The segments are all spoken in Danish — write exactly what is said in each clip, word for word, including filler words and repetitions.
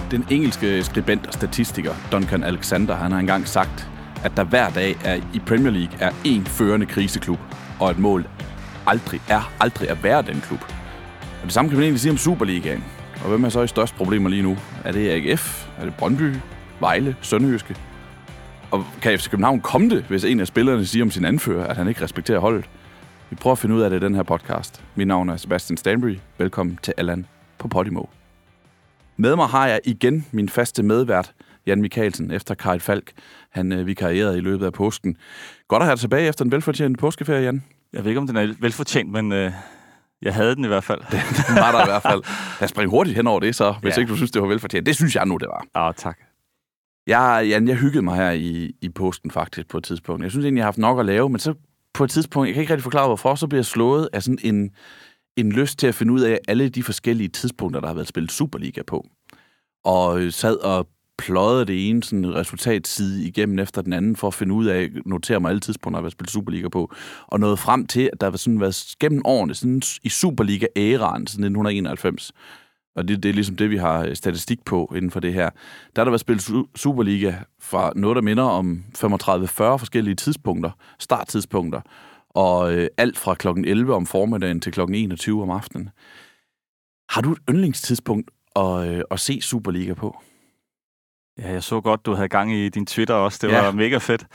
Den engelske skribent og statistiker Duncan Alexander, han har engang sagt, at der hver dag er i Premier League er én førende kriseklub, og et mål aldrig er aldrig at være den klub. Og det samme kan man egentlig sige om Superligaen. Og hvem er så i størst problemer lige nu? Er det A G F? Er det Brøndby? Vejle? Sønderjyske? Og kan F C København komme det, hvis en af spillerne siger om sin anfører, at han ikke respekterer holdet? Vi prøver at finde ud af det i den her podcast. Mit navn er Sebastian Stanbury. Velkommen til Allan på Podimo. Med mig har jeg igen min faste medvært, Jan Michaelsen, efter Kyle Falk. Han øh, vikarierede i løbet af påsken. Godt at have dig tilbage efter en velfortjent påskeferie, Jan. Jeg ved ikke, om den er velfortjent, men øh, jeg havde den i hvert fald. Den var der i hvert fald. Lad os springe hurtigt hen over det så, hvis ja. ikke du synes, det var velfortjent. Det synes jeg nu, det var. Ja, tak. Jeg, Jan, jeg hyggede mig her i, i påsken faktisk på et tidspunkt. Jeg synes egentlig, jeg har haft nok at lave, men så på et tidspunkt, jeg kan ikke rigtig forklare, hvorfor, så bliver jeg slået af sådan en, en lyst til at finde ud af alle de forskellige tidspunkter, der har været spillet Superliga på. Og sad og pløjede det ene sådan resultatside igennem efter den anden, for at finde ud af, notere mig alle tidspunkter, der har været spillet Superliga på, og nåede frem til, at der har sådan været gennem årene, sådan i Superliga-æraen, siden nitten enoghalvfems, og det, det er ligesom det, vi har statistik på inden for det her, der har der været spillet Superliga fra noget, der minder om femogtredive til fyrre forskellige tidspunkter, starttidspunkter, og øh, alt fra klokken elleve om formiddagen til klokken enogtyve om aftenen. Har du et yndlingstidspunkt at, øh, at se Superliga på? Ja, jeg så godt, du havde gang i din Twitter også. Det ja. var mega fedt.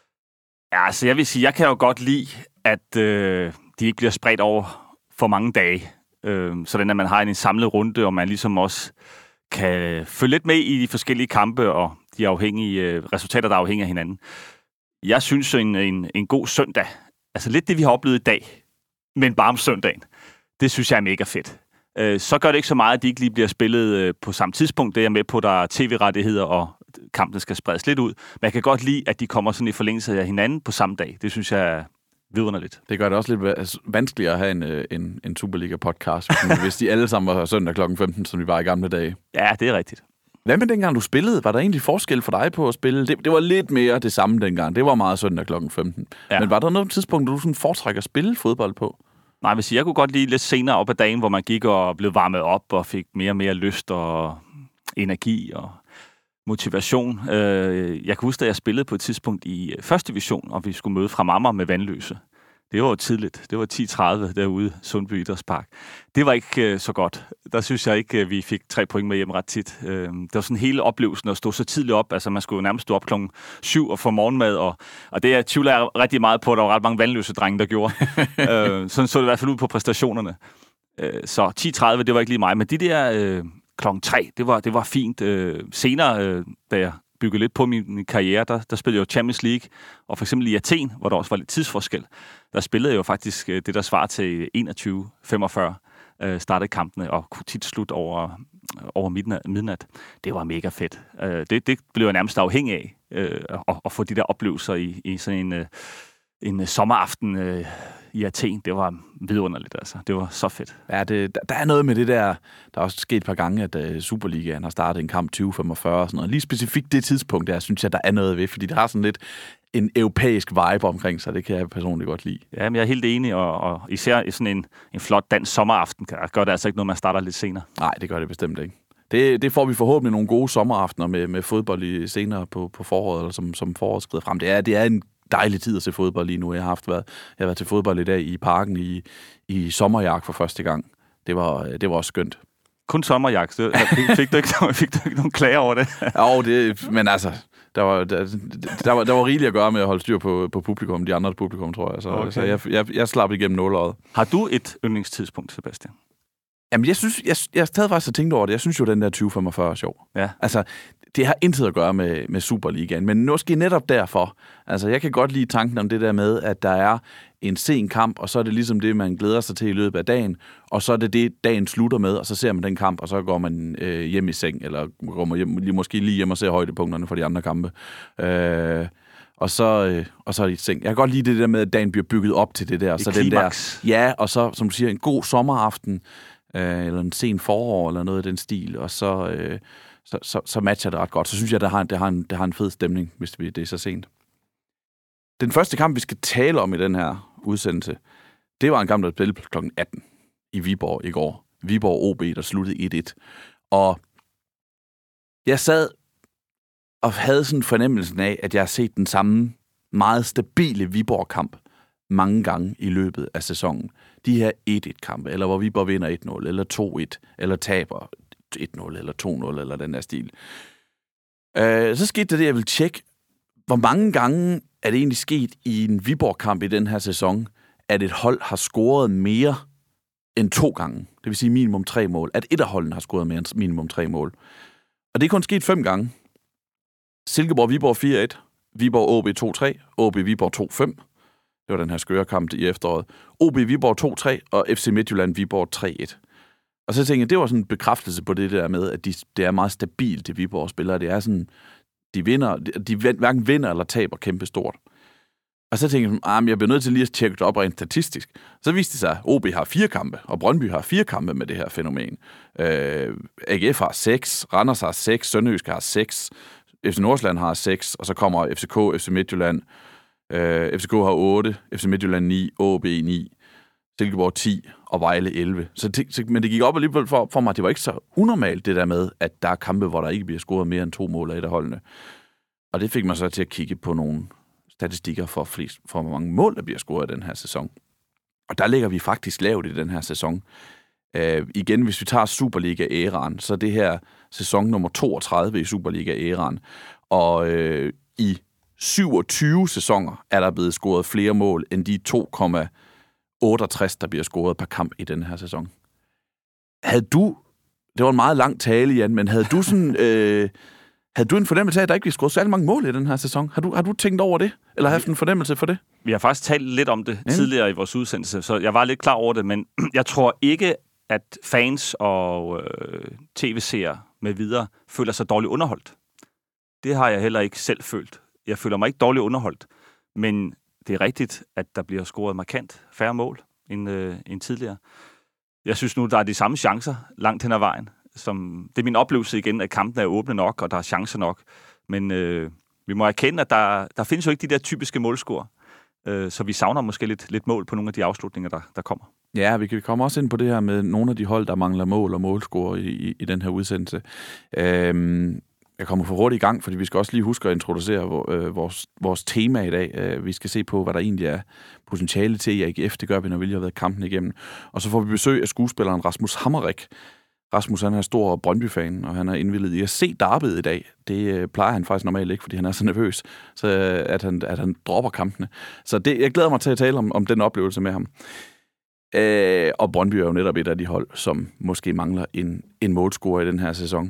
Ja, altså jeg vil sige, jeg kan jo godt lide, at øh, de ikke bliver spredt over for mange dage. Øh, sådan at man har en samlet runde, og man ligesom også kan følge lidt med i de forskellige kampe, og de afhængige øh, resultater, der er afhængige af hinanden. Jeg synes, en, en, en god søndag, altså lidt det, vi har oplevet i dag, men bare om søndagen, det synes jeg er mega fedt. Så gør det ikke så meget, at de ikke lige bliver spillet på samme tidspunkt. Det er jeg med på, der er tv-rettigheder, og kampen skal spredes lidt ud. Men jeg kan godt lide, at de kommer sådan i forlængelse af hinanden på samme dag. Det synes jeg er vidunderligt. Det gør det også lidt vanskeligere at have en, en, en Superliga-podcast, hvis de alle sammen var søndag klokken femten, som vi var i gamle dage. Ja, det er rigtigt. Hvad med dengang, du spillede? Var der egentlig forskel for dig på at spille? Det, det var lidt mere det samme dengang. Det var meget søndag klokken femten. Ja. Men var der noget tidspunkt, du sådan foretrækker at spille fodbold på? Nej, jeg vil sige, jeg kunne godt lide lidt senere op ad dagen, hvor man gik og blev varmet op og fik mere og mere lyst og energi og motivation. Jeg kan huske, at jeg spillede på et tidspunkt i første division, og vi skulle møde fra Amager med Vandløse. Det var jo tidligt. Det var ti tredive derude, Sundby Idrætspark. Det var ikke så godt. Der synes jeg ikke, vi fik tre point med hjem ret tit. Det var sådan hele oplevelsen at stå så tidligt op. Altså, man skulle jo nærmest stå op klokken syv og få morgenmad. Og, og det jeg tvivler jeg rigtig meget på, at der var ret mange vandløse drenge, der gjorde. Sådan så det i hvert fald ud på præstationerne. Så ti tredive, det var ikke lige mig. Men de der øh, klokken tre, det var, det var fint. Senere, øh, da jeg byggede lidt på min, min karriere, der, der spillede jeg jo Champions League, og for eksempel i Athen, hvor der også var lidt tidsforskel, der spillede jeg jo faktisk det, der svarer til enogtyve femogfyrre, øh, startede kampene, og kunne tit slutte over, over midnat. Det var mega fedt. Øh, det, det blev jeg nærmest afhængig af, øh, at, at få de der oplevelser i, i sådan en, øh, en sommeraften øh, i Athen. Det var vidunderligt, altså. Det var så fedt. Ja, det, der er noget med det der. Der er også sket et par gange, at uh, Superligaen har startet en kamp tyve femogfyrre og sådan noget. Lige specifikt det tidspunkt, der synes jeg, der er noget ved, fordi det har sådan lidt en europæisk vibe omkring sig. Det kan jeg personligt godt lide. Ja, men jeg er helt enig, og, og især i sådan en, en flot dansk sommeraften gør det altså ikke noget, man starter lidt senere. Nej, det gør det bestemt ikke. Det, det får vi forhåbentlig nogle gode sommeraftener med, med fodbold i, senere på, på foråret, eller som, som foråret skrider frem. Det er, det er en dejlig tid at se fodbold lige nu. Jeg har haft været, jeg har været til fodbold i dag i parken i, i sommerjagt for første gang. Det var, det var også skønt. Kun sommerjagt? Fik du ikke, fik du ikke nogen klager over det? Jo, det, men altså, der var, der, der, var, der var rigeligt at gøre med at holde styr på, på publikum, de andres publikum, tror jeg. Så, okay. så jeg, jeg, jeg slap igennem nåleøjet. Har du et yndlingstidspunkt, Sebastian? Jamen, jeg synes, jeg, jeg havde faktisk tænkt over det. Jeg synes jo, den der tyve femogfyrre er sjov. Ja. Altså, det har intet at gøre med, med Superligaen, men måske netop derfor. Altså, jeg kan godt lide tanken om det der med, at der er en sen kamp, og så er det ligesom det, man glæder sig til i løbet af dagen, og så er det det, dagen slutter med, og så ser man den kamp, og så går man øh, hjem i seng, eller går man hjem, måske lige hjem og ser højdepunkterne for de andre kampe. Øh, og så, øh, og så er det i seng. Jeg kan godt lide det der med, at dagen bliver bygget op til det der. Det så den der, ja, og så, som du siger, en god sommeraften, øh, eller en sen forår, eller noget af den stil, og så... Øh, Så, så, så matcher det ret godt. Så synes jeg, det har, det har, en, det har en fed stemning, hvis det er så sent. Den første kamp, vi skal tale om i den her udsendelse, det var en kamp, der spillede klokken atten i Viborg i går. Viborg O B, der sluttede et et. Og Jeg sad og havde sådan fornemmelsen af, at jeg har set den samme meget stabile Viborg-kamp mange gange i løbet af sæsonen. De her et et-kampe, eller hvor Viborg vinder et nul, eller to et, eller taber et nul, eller to nul, eller den der stil. Øh, så skete det det, jeg ville tjekke, hvor mange gange er det egentlig sket i en Viborg-kamp i den her sæson, at et hold har scoret mere end to gange. Det vil sige minimum tre mål. At et af holdene har scoret mere end minimum tre mål. Og det er kun sket fem gange. Silkeborg-Viborg fire et, Viborg-O B to tre, O B-Viborg to fem. Det var den her skøre kamp i efteråret. O B-Viborg to tre og F C Midtjylland-Viborg tre et. Og så tænkte jeg, det var sådan en bekræftelse på det der med, at de, det er meget stabilt, det Viborg spiller. Det er sådan, de vinder, de hverken vinder eller taber kæmpestort. Og så tænkte jeg, ah, jeg bliver nødt til lige at tjekke det op rent statistisk. Så viste det sig, at O B har fire kampe, og Brøndby har fire kampe med det her fænomen. Øh, A G F har seks, Randers har seks, Sønderjyske har seks, F C Nordsjælland har seks, og så kommer F C K, F C Midtjylland, øh, F C K har otte, F C Midtjylland ni, O B ni, Silkeborg ti og Vejle elleve. Så det, men det gik op alligevel for, for mig, at det var ikke så unormalt, det der med, at der er kampe, hvor der ikke bliver scoret mere end to mål af et af holdene. Og det fik mig så til at kigge på nogle statistikker for, flest, for hvor mange mål, der bliver scoret i den her sæson. Og der ligger vi faktisk lavt i den her sæson. Uh, igen, hvis vi tager Superliga-æraen, så er det her sæson nummer toogtredive i Superliga-æraen. Og uh, i syvogtyve sæsoner er der blevet scoret flere mål end de to komma otteogtres, der bliver scoret per kamp i den her sæson. Havde du, det var en meget lang tale, Jan, men havde du sådan... øh, Havde du en fornemmelse af, at der ikke bliver scoret særlig mange mål i den her sæson? Har du, har du tænkt over det? Eller haft en fornemmelse for det? Vi har faktisk talt lidt om det ja. tidligere i vores udsendelse, så jeg var lidt klar over det, men jeg tror ikke, at fans og øh, tv-seere med videre føler sig dårligt underholdt. Det har jeg heller ikke selv følt. Jeg føler mig ikke dårligt underholdt, men det er rigtigt, at der bliver scoret markant færre mål end, øh, end tidligere. Jeg synes nu, der er de samme chancer langt hen ad vejen. Som, det er min oplevelse igen, at kampen er åbne nok, og der er chancer nok. Men øh, vi må erkende, at der, der findes jo ikke de der typiske målscorer. Øh, så vi savner måske lidt, lidt mål på nogle af de afslutninger, der, der kommer. Ja, vi kan komme også ind på det her med nogle af de hold, der mangler mål og målscorer i, i, i den her udsendelse. Øhm, jeg kommer for hurtigt i gang, fordi vi skal også lige huske at introducere øh, vores, vores tema i dag. Øh, vi skal se på, hvad der egentlig er potentiale til i A G F. Det gør vi, når vi lige har været kampen igennem. Og så får vi besøg af skuespilleren Rasmus Hammerik. Rasmus, han er stor Brøndby-fan, og han er indvildet i at se derbyet i dag. Det øh, plejer han faktisk normalt ikke, fordi han er så nervøs, så øh, at, han, at han dropper kampene. Så det, jeg glæder mig til at tale om, om den oplevelse med ham. Øh, og Brøndby er jo netop et af de hold, som måske mangler en, en målscorer i den her sæson.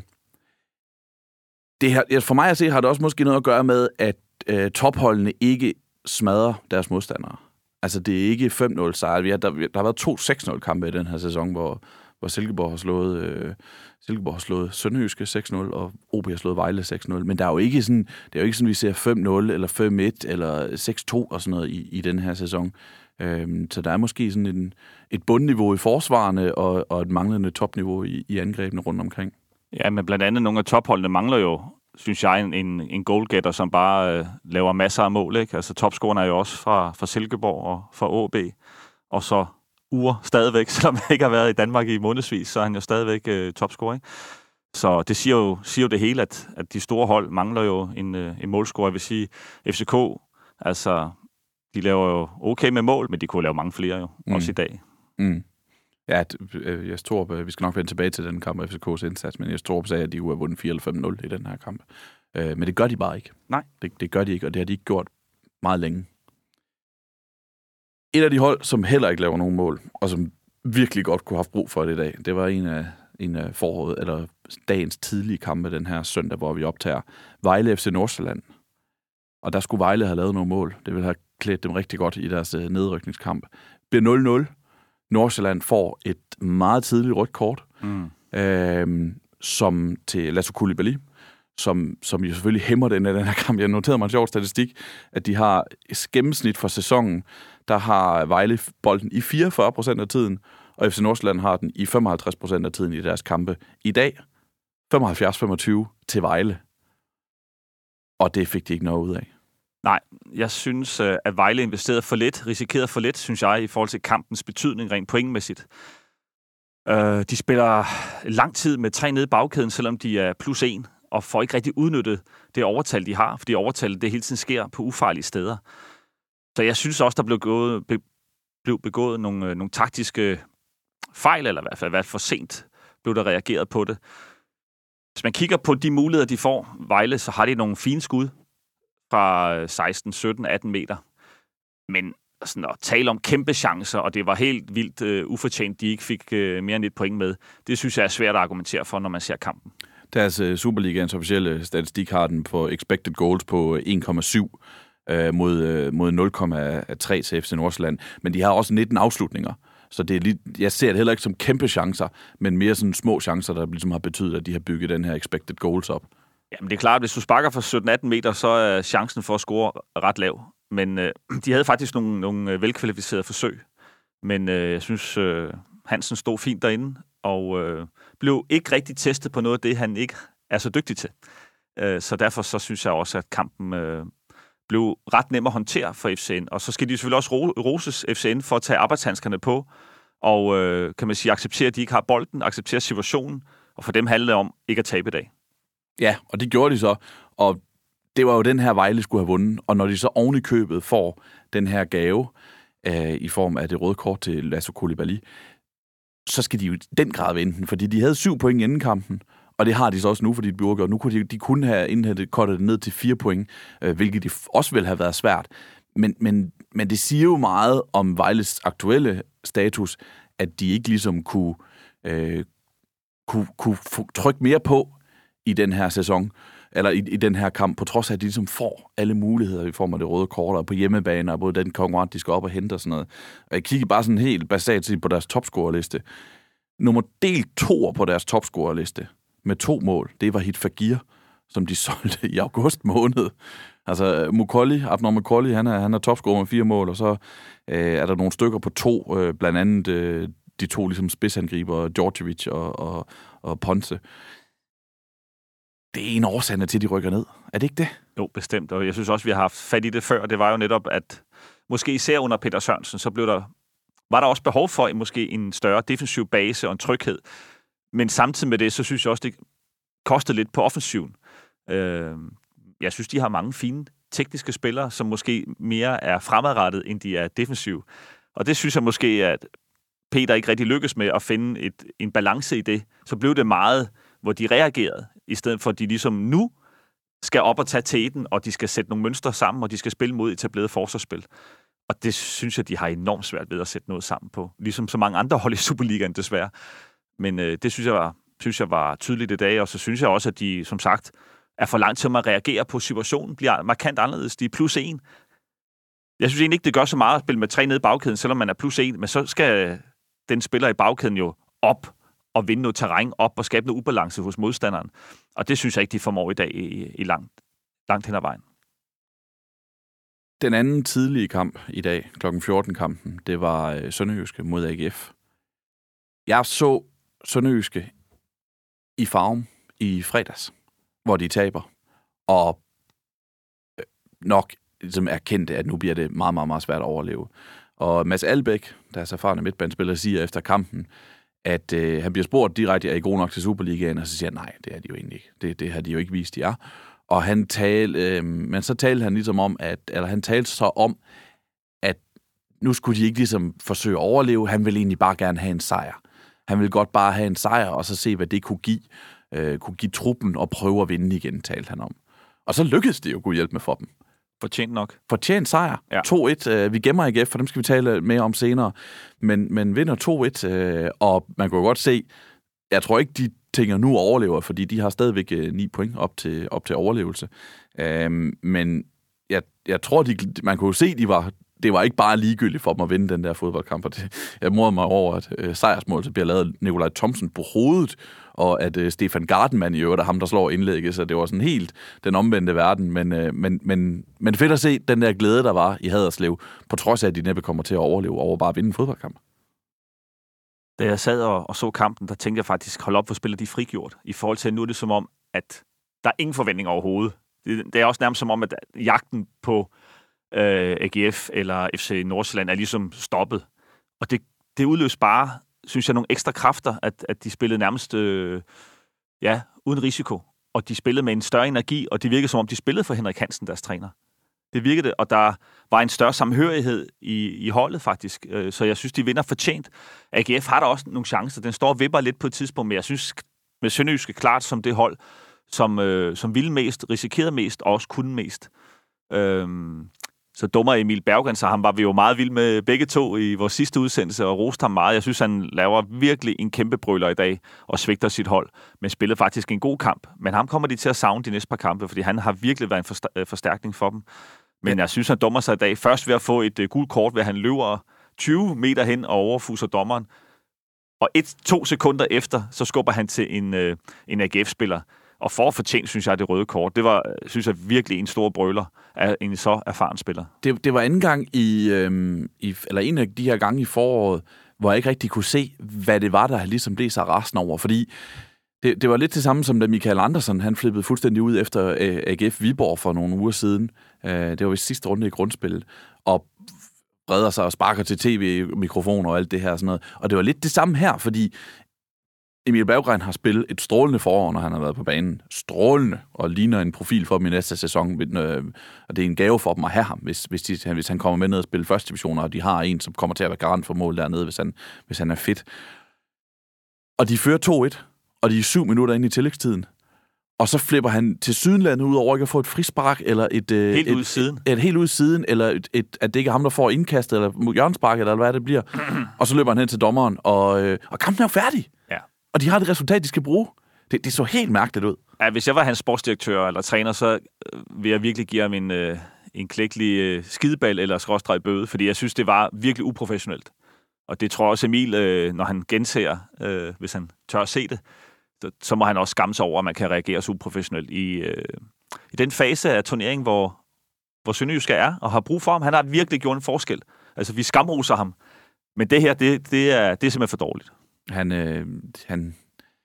Det her, for mig at se, har det også måske noget at gøre med, at øh, topholdene ikke smadrer deres modstandere. Altså, det er ikke fem nul sejr. Der, der har været to seks nul-kampe i den her sæson, hvor hvor Silkeborg har slået, øh, Silkeborg har slået Sønderjyske seks nul, og O B har slået Vejle seks nul. Men der er jo ikke sådan, det er jo ikke sådan, vi ser fem nul, eller fem et, eller seks to og sådan noget i, i den her sæson. Øhm, så der er måske sådan en, et bundniveau i forsvarene, og, og et manglende topniveau i, i angrebene rundt omkring. Ja, men blandt andet nogle af topholdene mangler jo, synes jeg, en, en goalgetter, som bare øh, laver masser af mål, ikke? Altså topscoreren er jo også fra, fra Silkeborg og fra O B, og så uger stadigvæk, selvom han ikke har været i Danmark i månedsvis, så er han jo stadigvæk øh, topscorer, ikke? Så det siger jo, siger jo det hele, at, at de store hold mangler jo en, øh, en målscorer. Jeg vil sige, F C K, altså, de laver jo okay med mål, men de kunne lave mange flere jo, mm. også i dag. Mm. Ja, jeg tror, vi skal nok vende tilbage til den kamp af F C K's indsats, men jeg tror på, at de jo har vundet fire eller fem nul i den her kamp. Men det gør de bare ikke. Nej. Det, det gør de ikke, og det har de ikke gjort meget længe. Et af de hold, som heller ikke laver nogen mål, og som virkelig godt kunne have haft brug for det i dag, det var en af, en af foråret, eller dagens tidlige kampe den her søndag, hvor vi optager Vejle F C Nordsjælland. Og der skulle Vejle have lavet nogle mål. Det ville have klædt dem rigtig godt i deres nedrykningskamp. Det bliver nul nul. Nordsjælland får et meget tidligt rødt kort, mm. øh, som til Lasso Coulibaly, som, som jo selvfølgelig hæmmer den af den her kamp. Jeg noterede mig en sjov statistik, at de har et gennemsnit for sæsonen, der har Vejle bolden i fireogfyrre procent af tiden, og F C Nordsjælland har den i femoghalvtreds procent af tiden i deres kampe. I dag, femoghalvfjerds femogtyve til Vejle. Og det fik de ikke noget ud af. Nej, jeg synes, at Vejle investerede for lidt, risikerede for lidt, synes jeg, i forhold til kampens betydning rent pointmæssigt. De spiller lang tid med tre nede i bagkæden, selvom de er plus en, og får ikke rigtig udnyttet det overtal, de har, fordi overtallet det hele tiden sker på ufarlige steder. Så jeg synes også, der blev, gået, be, blev begået nogle, øh, nogle taktiske fejl, eller i hvert fald været for sent blev der reageret på det. Hvis man kigger på de muligheder, de får, Vejle, så har de nogle fine skud fra seksten, sytten, atten meter. Men sådan at tale om kæmpe chancer, og det var helt vildt uh, ufortjent, de ikke fik uh, mere end et point med, det synes jeg er svært at argumentere for, når man ser kampen. Deres uh, Superligaens officielle statistik har den på expected goals på en komma syv uh, mod, uh, mod nul komma tre til F C Nordsjælland, men de har også nitten afslutninger. Så det er lige, jeg ser det heller ikke som kæmpe chancer, men mere sådan små chancer, der ligesom har betydet, at de har bygget den her expected goals op. Jamen det er klart, at hvis du sparker fra sytten atten meter, så er chancen for at score ret lav. Men øh, de havde faktisk nogle, nogle velkvalificerede forsøg. Men øh, jeg synes, øh, Hansen stod fint derinde, og øh, blev ikke rigtig testet på noget af det, han ikke er så dygtig til. Øh, så derfor så synes jeg også, at kampen øh, blev ret nem at håndtere for F C N. Og så skal de selvfølgelig også ro- roses F C N for at tage arbejdshandskerne på, og øh, kan man sige, acceptere, at de ikke har bolden, acceptere situationen, og for dem handlede det om ikke at tabe i dag. Ja, og det gjorde de så, og det var jo den her Vejle skulle have vundet, og når de så oven i købet får den her gave øh, i form af det røde kort til Lasso Coulibaly, så skal de jo i den grad vinde den, fordi de havde syv point inden kampen, og det har de så også nu, fordi de blev gjort. Nu kunne de, de kunne have indhentet kortet ned til fire point, øh, hvilket de også ville have været svært. Men, men, men det siger jo meget om Vejles aktuelle status, at de ikke ligesom kunne, øh, kunne, kunne trykke mere på i den her sæson, eller i, i den her kamp, på trods af, at de ligesom får alle muligheder i form af det røde kort, og på hjemmebane, og både den konkurrent, de skal op og hente og sådan noget. Og jeg kigger bare sådan helt basalt på deres topscorerliste. Nummer del to på deres topscorerliste, med to mål, det var Hit Fagir, som de solgte i august måned. Altså, Mukolli, Abner Mukolli, han er, han er topscorer med fire mål, og så øh, er der nogle stykker på to, øh, blandt andet øh, de to ligesom spidsangriber, Djordjevic og, og, og Ponce. Det er en årsag til, at de rykker ned. Er det ikke det? Jo, bestemt. Og jeg synes også, vi har haft fat i det før. Det var jo netop, at måske især under Peter Sørensen, så blev der, var der også behov for måske en større defensiv base og en tryghed. Men samtidig med det, så synes jeg også, det kostede lidt på offensiven. Jeg synes, de har mange fine tekniske spillere, som måske mere er fremadrettet, end de er defensive. Og det synes jeg måske, at Peter ikke rigtig lykkes med at finde et, en balance i det. Så blev det meget, hvor de reagerede, i stedet for at de ligesom nu skal op og tage teten, og de skal sætte nogle mønstre sammen, og de skal spille mod etableret forsvarsspil. Og det synes jeg, de har enormt svært ved at sætte noget sammen på. Ligesom så mange andre hold i Superligaen, desværre. Men øh, det synes jeg, var, synes jeg var tydeligt i dag, og så synes jeg også, at de, som sagt, er for langt til at reagere på situationen, bliver markant anderledes. De er plus en. Jeg synes egentlig ikke, det gør så meget at spille med tre nede i bagkæden, selvom man er plus en, men så skal den spiller i bagkæden jo op og vinde noget terræn op og skabe noget ubalance hos modstanderen. Og det synes jeg ikke, de formår i dag i, i langt, langt hen ad vejen. Den anden tidlige kamp i dag, klokken fjorten-kampen, det var Sønderjyske mod A G F. Jeg så Sønderjyske i Farum i fredags, hvor de taber, og nok ligesom erkendte, at nu bliver det meget, meget, meget svært at overleve. Og Mads Albeck, deres erfarne midtbanespiller, siger efter kampen, at øh, han bliver spurgt direkte, er I gode nok til Superligaen? Og så siger han, nej, det er de jo egentlig ikke. Det, det har de jo ikke vist, de er. Og han tal, øh, men så talte han ligesom om, at, eller han talte så om, at nu skulle de ikke ligesom forsøge at overleve. Han ville egentlig bare gerne have en sejr. Han ville godt bare have en sejr, og så se, hvad det kunne give, øh, kunne give truppen, og prøve at vinde igen, talte han om. Og så lykkedes det jo, Gud hjælpe med for dem. Fortjent nok. Fortjent sejr. Ja. to et. Øh, vi gemmer A G F, for dem skal vi tale mere om senere. Men, men vinder to et, øh, og man kan jo godt se, jeg tror ikke, de tænker nu overlever, fordi de har stadigvæk øh, ni point op til, op til overlevelse. Øh, men jeg, jeg tror, de, man kunne jo se, de var, det var ikke bare ligegyldigt for dem at vinde den der fodboldkamp. Og det, jeg morder mig over, at øh, sejrsmålet bliver lavet Nikolaj Thomsen på hovedet, og at øh, Stefan Gardenman i øvrigt er ham, der slår indlægget, så det var sådan helt den omvendte verden. Men, øh, men, men, men fedt at se den der glæde, der var i Haderslev, på trods af, at de næppe kommer til at overleve over bare at vinde en fodboldkamp. Da jeg sad og, og så kampen, der tænkte jeg faktisk, hold op, hvor spiller de frigjort. I forhold til, at nu er det som om, at der er ingen forventning overhovedet. Det, det er også nærmest som om, at jagten på øh, A G F eller F C Nordsjælland er ligesom stoppet. Og det, det udløste bare, synes jeg, nogle ekstra kræfter, at, at de spillede nærmest øh, ja, uden risiko. og de spillede med en større energi, og det virkede som om, de spillede for Henrik Hansen, deres træner. Det virkede det, og der var en større samhørighed i, i holdet faktisk, så jeg synes, de vinder fortjent. A G F har der også nogle chancer, den står og vipper lidt på et tidspunkt, men jeg synes, med Sønderjyske klart som det hold, som, øh, som ville mest, risikerede mest, og også kunne mest. Øhm, så dummer Emil Berggren, så ham var vi jo meget vilde med begge to i vores sidste udsendelse, og roste ham meget. Jeg synes, han laver virkelig en kæmpe brøler i dag, og svigter sit hold, men spillede faktisk en god kamp. Men ham kommer de til at savne de næste par kampe, fordi han har virkelig været en forst- forstærkning for dem. Men jeg synes, han dummer sig i dag. Først ved at få et uh, gult kort, ved at han løber tyve meter hen og overfuser dommeren. Og et, to sekunder efter, så skubber han til en, uh, en A G F-spiller. Og for fortjent, synes jeg, det røde kort. Det var, synes jeg, virkelig en stor brøler af en så erfaren spiller. Det, det var anden gang i, øhm, i, eller en af de her gange i foråret, hvor jeg ikke rigtig kunne se, hvad det var, der ligesom blev så rasende over. Fordi det, det var lidt det samme, som da Michael Andersen, han flippede fuldstændig ud efter A G F Viborg for nogle uger siden. Det var i sidste runde i grundspillet. Og breder sig og sparker til tv-mikrofoner og alt det her og sådan noget. Og det var lidt det samme her, fordi Emil Berggren har spillet et strålende forår, når han har været på banen. Strålende, og ligner en profil for dem i næste sæson. Og det er en gave for dem at have ham, hvis, hvis, de, hvis han kommer med ned og spille første divisioner, og de har en, som kommer til at være garant for mål dernede, hvis han, hvis han er fit. Og de fører to et, og de er syv minutter inde i tillægstiden. Og så flipper han til sydenlandet ud over ikke at få et frispark, eller et... Helt et, ud i siden. Et, et helt ud i siden, eller et, et, at det ikke er ham, der får indkastet, eller hjørnespark, eller hvad det bliver. Og så løber han hen til dommeren, og, og kampen er jo færdig. Ja. Og de har det resultat, de skal bruge. Det, det så helt mærkeligt ud. Ja, hvis jeg var hans sportsdirektør eller træner, så øh, vil jeg virkelig give ham en, øh, en klækkelig øh, skideball eller skråstreg bøde, fordi jeg synes, det var virkelig uprofessionelt. Og det tror jeg også Emil, øh, når han genser, øh, hvis han tør at se det, så, så må han også skamme sig over, at man kan reagere så uprofessionelt i, øh, i den fase af turneringen, hvor, hvor Sønderjyske er og har brug for ham. Han har virkelig gjort en forskel. Altså, vi skamroser ham. Men det her, det, det, er, det er simpelthen for dårligt. Han, øh, han,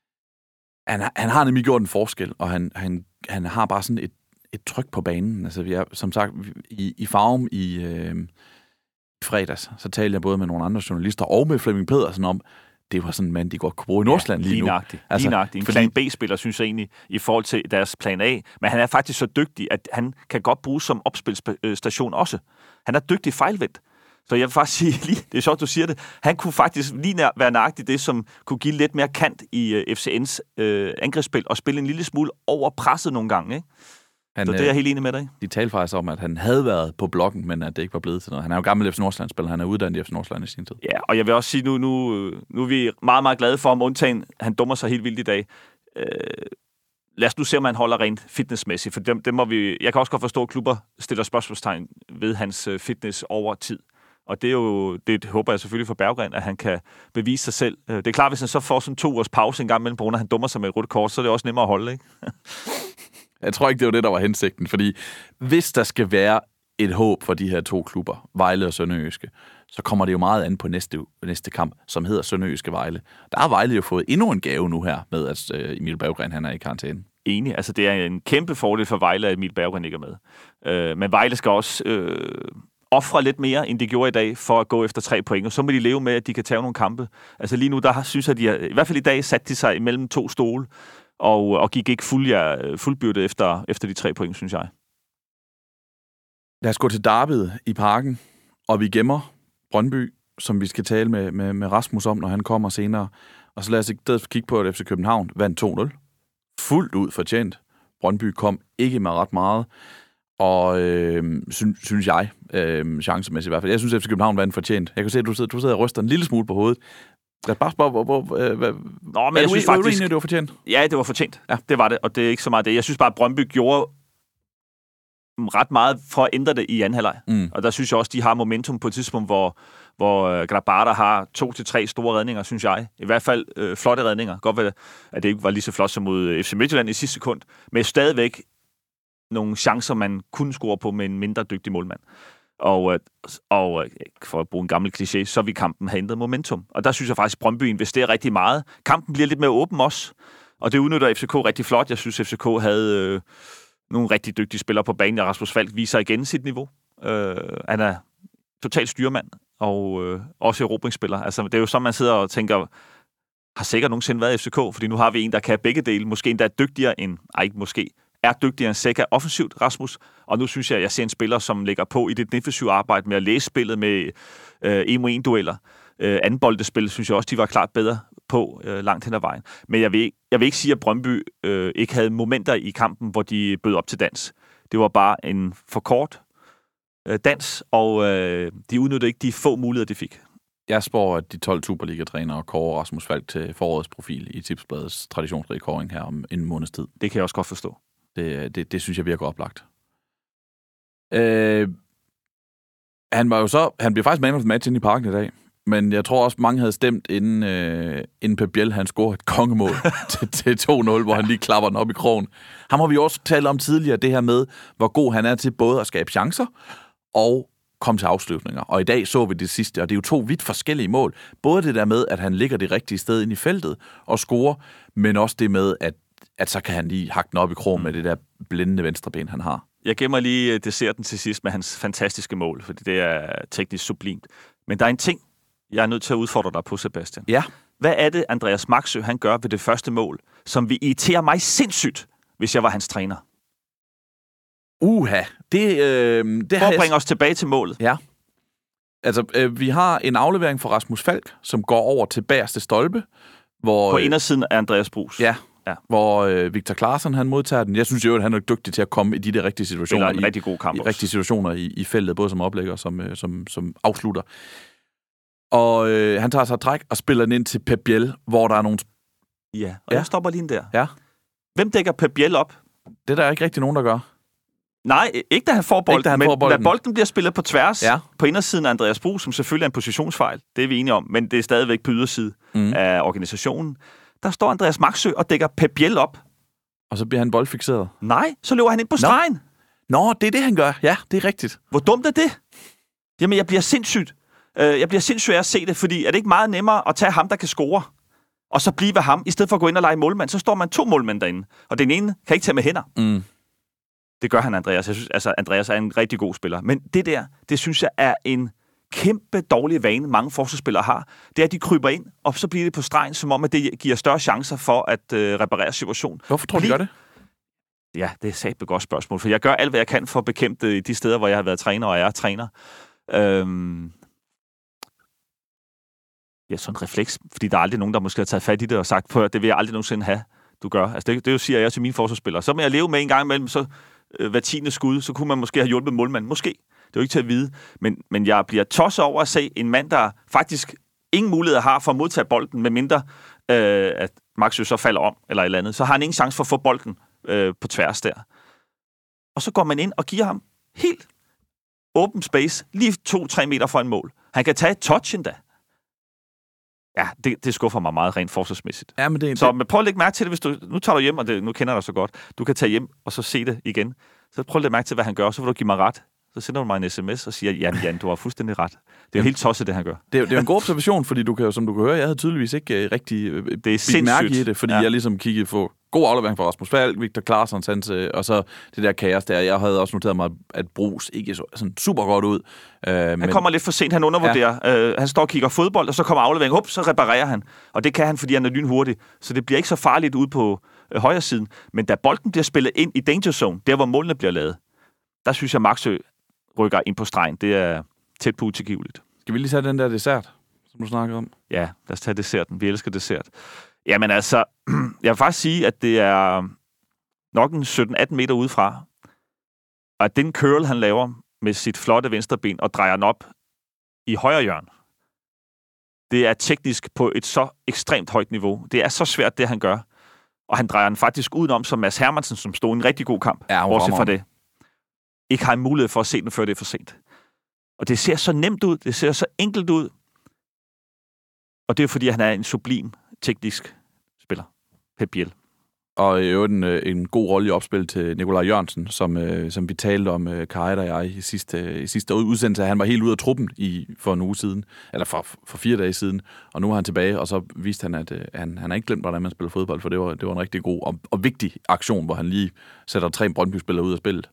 han, han har nemlig gjort en forskel, og han, han, han har bare sådan et, et tryk på banen. Altså, vi er, som sagt, i, i Farum i øh, fredags, så talte jeg både med nogle andre journalister og med Flemming Pedersen om, det var sådan en mand, de godt kunne bruge i Nordsjælland lige, lige nu. Altså, lige nøjagtigt. En fordi... plan B-spiller, synes jeg egentlig, i forhold til deres plan A. Men han er faktisk så dygtig, at han kan godt bruges som opspilstation også. Han er dygtig fejlvendt. Så jeg vil faktisk sige, lige, det er sjovt, du siger det, han kunne faktisk lige nær, være nøjagtigt det, som kunne give lidt mere kant i uh, F C N's uh, angrebsspil, og spille en lille smule over presset nogle gange, ikke? Han, så det er jeg helt enig med dig. De talte faktisk om, at han havde været på blokken, men at det ikke var blevet til noget. Han er jo gammel F C Nordsjælland-spiller, han er uddannet i F C Nordsjælland i sin tid. Ja, og jeg vil også sige, nu, nu, nu er vi meget, meget glade for ham, undtagen han dummer sig helt vildt i dag. Øh, lad os nu se, om han holder rent fitnessmæssigt, for det, det må vi, jeg kan også godt forstå, at klubber stiller spørgsmålstegn ved hans fitness over tid. Og det er jo, det håber jeg selvfølgelig for Berggren, at han kan bevise sig selv. Det er klart, hvis han så får sådan to års pause en gang mellem, på grund af, at han dummer sig med et rødt kort, så er det også nemmere at holde, ikke? Jeg tror ikke, det var det, der var hensigten, fordi hvis der skal være et håb for de her to klubber, Vejle og Sønderjyske, så kommer det jo meget an på næste, næste kamp, som hedder Sønderjyske Vejle. Der har Vejle jo fået endnu en gave nu her, med at uh, Emil Berggren han er i karantæne. Enig. Altså, det er en kæmpe fordel for Vejle, at Emil Berggren ikke er med. Uh, men Vejle skal også uh, ofre lidt mere, end de gjorde i dag, for at gå efter tre point. Og så må de leve med, at de kan tage nogle kampe. Altså lige nu, der synes jeg, at de har, i hvert fald i dag, satte de sig imellem to stole, og, og gik ikke fuld, ja, fuldbyrdet efter, efter de tre point, synes jeg. Lad os gå til derbyet i Parken, og vi gemmer Brøndby, som vi skal tale med, med, med Rasmus om, når han kommer senere. Og så lad os i stedet kigge på, at F C København vandt to nul. Fuldt ud fortjent. Brøndby kom ikke med ret meget. Og øh, synes, synes jeg, øh, chancemæssigt i hvert fald. Jeg synes, at F C København vandt fortjent. Jeg kan se, at du sidder, du sidder og ryster en lille smule på hovedet. Lad os bare spørge, hvor, hvor, øh, hvad, Nå, men jeg synes faktisk, enig, det var fortjent? Ja, det var fortjent. Ja, det var det, og det er ikke så meget det. Jeg synes bare, at Brøndby gjorde ret meget for at ændre det i anden halvleg. Mm. Og der synes jeg også, de har momentum på et tidspunkt, hvor, hvor Grabara har to til tre store redninger, synes jeg. I hvert fald øh, flotte redninger. Godt ved, at det ikke var lige så flot som mod F C Midtjylland i sidste sekund, men stadigvæk nogle chancer, man kunne score på med en mindre dygtig målmand. Og, og for at bruge en gammel kliché, så vil kampen have ændret momentum. Og der synes jeg faktisk, at Brøndby investerer rigtig meget. Kampen bliver lidt mere åben også, og det udnytter F C K rigtig flot. Jeg synes, F C K havde øh, nogle rigtig dygtige spillere på banen, og Rasmus Falk viser igen sit niveau. Øh, han er totalt styrmand, og øh, også erobringsspiller. Altså, det er jo sådan, man sidder og tænker, har sikkert nogensinde været i F C K, fordi nu har vi en, der kan begge dele. Måske endda er dygtigere end, ej ikke måske, er dygtigere end Zeca offensivt, Rasmus. Og nu synes jeg, at jeg ser en spiller, som lægger på i det defensive arbejde med at læse spillet med øh, en mod en dueller. Øh, anden boldespil, synes jeg også, de var klart bedre på øh, langt hen ad vejen. Men jeg vil, jeg vil ikke sige, at Brøndby øh, ikke havde momenter i kampen, hvor de bød op til dans. Det var bare en for kort øh, dans, og øh, de udnyttede ikke de få muligheder, de fik. Jeg spår, at de tolv Superliga-trænere kårer Rasmus Falk til forårets profil i Tipsbladets traditionsrige kåring her om en måneds tid. Det kan jeg også godt forstå. Det, det, det synes jeg virker oplagt. Øh, han var jo så, han bliver faktisk man of the match inde i Parken i dag, men jeg tror også, mange havde stemt, inden, øh, inden Pep Biel, han scorer et kongemål til, til to nul, hvor han lige klapper den op i krogen. Ham har vi også talt om tidligere, det her med, hvor god han er til både at skabe chancer og komme til afslutninger. Og i dag så vi det sidste, og det er jo to vidt forskellige mål. Både det der med, at han ligger det rigtige sted ind i feltet og scorer, men også det med, at, at så kan han lige hakke den op i krogen med det der blændende venstreben, han har. Jeg gemmer lige desserten til sidst med hans fantastiske mål, fordi det er teknisk sublimt. Men der er en ting, jeg er nødt til at udfordre dig på, Sebastian. Ja. Hvad er det, Andreas Maxø, han gør ved det første mål, som vil irritere mig sindssygt, hvis jeg var hans træner? Uha. Det, øh, det For at bringe os tilbage til målet. Ja. Altså, øh, vi har en aflevering fra Rasmus Falk, som går over til bagerste stolpe. Hvor, på indersiden af Andreas Brugs. Ja, ja. Hvor øh, Victor Claesson, han modtager den. Jeg synes jo, at han er dygtig til at komme i de der rigtige situationer. Eller en rigtig god kamp i, i rigtige situationer i, i feltet, både som oplægger og som, øh, som, som afslutter. Og øh, han tager sig et træk og spiller den ind til Pep Biel, hvor der er nogle... Ja, og ja. Jeg stopper lige der. Ja. Hvem dækker Pep Biel op? Det er der ikke rigtig nogen, der gør. Nej, ikke da han får bolden, ikke, han men får bolden. Da bolden bliver spillet på tværs, ja. På indersiden af Andreas Brugs, som selvfølgelig er en positionsfejl, det er vi enige om, men det er stadigvæk på ydersiden mm. af organisationen. Der står Andreas Maxø og dækker Pep Biel op. Og så bliver han boldfikseret? Nej, så løber han ind på stregen. Nå. Nå, det er det, han gør. Ja, det er rigtigt. Hvor dumt er det? Jamen, jeg bliver sindssygt. Jeg bliver sindssygt af at se det, fordi er det ikke meget nemmere at tage ham, der kan score, og så blive ved ham, i stedet for at gå ind og lege målmand, så står man to målmænd derinde, og den ene kan ikke tage med hænder. Mm. Det gør han, Andreas. Jeg synes, altså, Andreas er en rigtig god spiller. Men det der, det synes jeg er en kæmpe dårlig vane, mange forsvarsspillere har. Det er, at de kryber ind, og så bliver det på stregen, som om, at det giver større chancer for at øh, reparere situationen. Hvorfor tror du, de gør det? Ja, det er satme godt spørgsmål, for jeg gør alt, hvad jeg kan for at bekæmpe det i de steder, hvor jeg har været træner, og jeg er træner. Øhm Ja, sådan en refleks, fordi der er aldrig nogen, der måske har taget fat i det og sagt, på, det vil jeg aldrig nogensinde have, du gør. Altså det, det siger jeg til mine forsvarsspillere. Så må jeg leve med en gang imellem, så øh, hver tiende skud, så kunne man måske have hjulpet målmanden. Måske. Det er jo ikke til at vide. Men, men jeg bliver tosset over at se en mand, der faktisk ingen muligheder har for at modtage bolden, medmindre øh, at Maxø så falder om, eller et eller andet. Så har han ingen chance for at få bolden øh, på tværs der. Og så går man ind og giver ham helt open space, lige to-tre meter fra en mål. Han kan tage et touch endda. Ja, det, det skuffer mig meget rent forsvarsmæssigt. Ja, men det er så men prøv at lægge mærke til det, hvis du... Nu tager du hjem, og det, nu kender jeg dig så godt. Du kan tage hjem og så se det igen. Så prøv at lægge mærke til, hvad han gør, så vil du give mig ret. Så sender du mig en sms og siger, Jan, Jan, du har fuldstændig ret. Det er jo helt tosset, det han gør. Det er, det er en god observation, fordi du kan jo, som du kan høre, jeg havde tydeligvis ikke uh, rigtig uh, det er mærke i det, fordi ja. jeg ligesom kiggede på god aflevering fra Rasmus Falk, Victor Claesson, hans, uh, og så det der kaos der. Jeg havde også noteret mig, at Brugs ikke så sådan super godt ud. Uh, han men... kommer lidt for sent, han undervurderer. Ja. Uh, han står og kigger fodbold, og så kommer afleveringen, hup, så reparerer han. Og det kan han, fordi han er lynhurtig. Så det bliver ikke så farligt ude på uh, højre siden. Men da bolden bliver spillet ind i danger zone, der hvor målene bliver lavet, der synes jeg, Maxø rykker ind på stregen. Det er tæt på utilgiveligt. Skal vi lige tage den der dessert, som du snakkede om? Ja, lad os tage desserten. Vi elsker dessert. Jamen altså, jeg vil faktisk sige, at det er nok en sytten atten meter udefra, og at den curl, han laver med sit flotte venstre ben og drejer den op i højre hjørne, det er teknisk på et så ekstremt højt niveau. Det er så svært, det han gør. Og han drejer den faktisk udenom, som Mads Hermansen, som stod en rigtig god kamp. Ja, bortset fra det. Ikke har en mulighed for at se den, før det er for sent. Og det ser så nemt ud, det ser så enkelt ud. Og det er fordi, han er en sublim teknisk spiller. Pep Biel. Og i øvrigt en, en god rolle i opspil til Nikolaj Jørgensen, som, øh, som vi talte om, øh, Kajt og jeg, i sidste, i sidste udsendelse. Han var helt ude af truppen i, for en uge siden, eller for, for fire dage siden, og nu er han tilbage, og så viste han, at øh, han, han har ikke glemt, hvordan man spiller fodbold, for det var, det var en rigtig god og, og vigtig aktion, hvor han lige sætter tre Brøndby-spillere ud af spillet.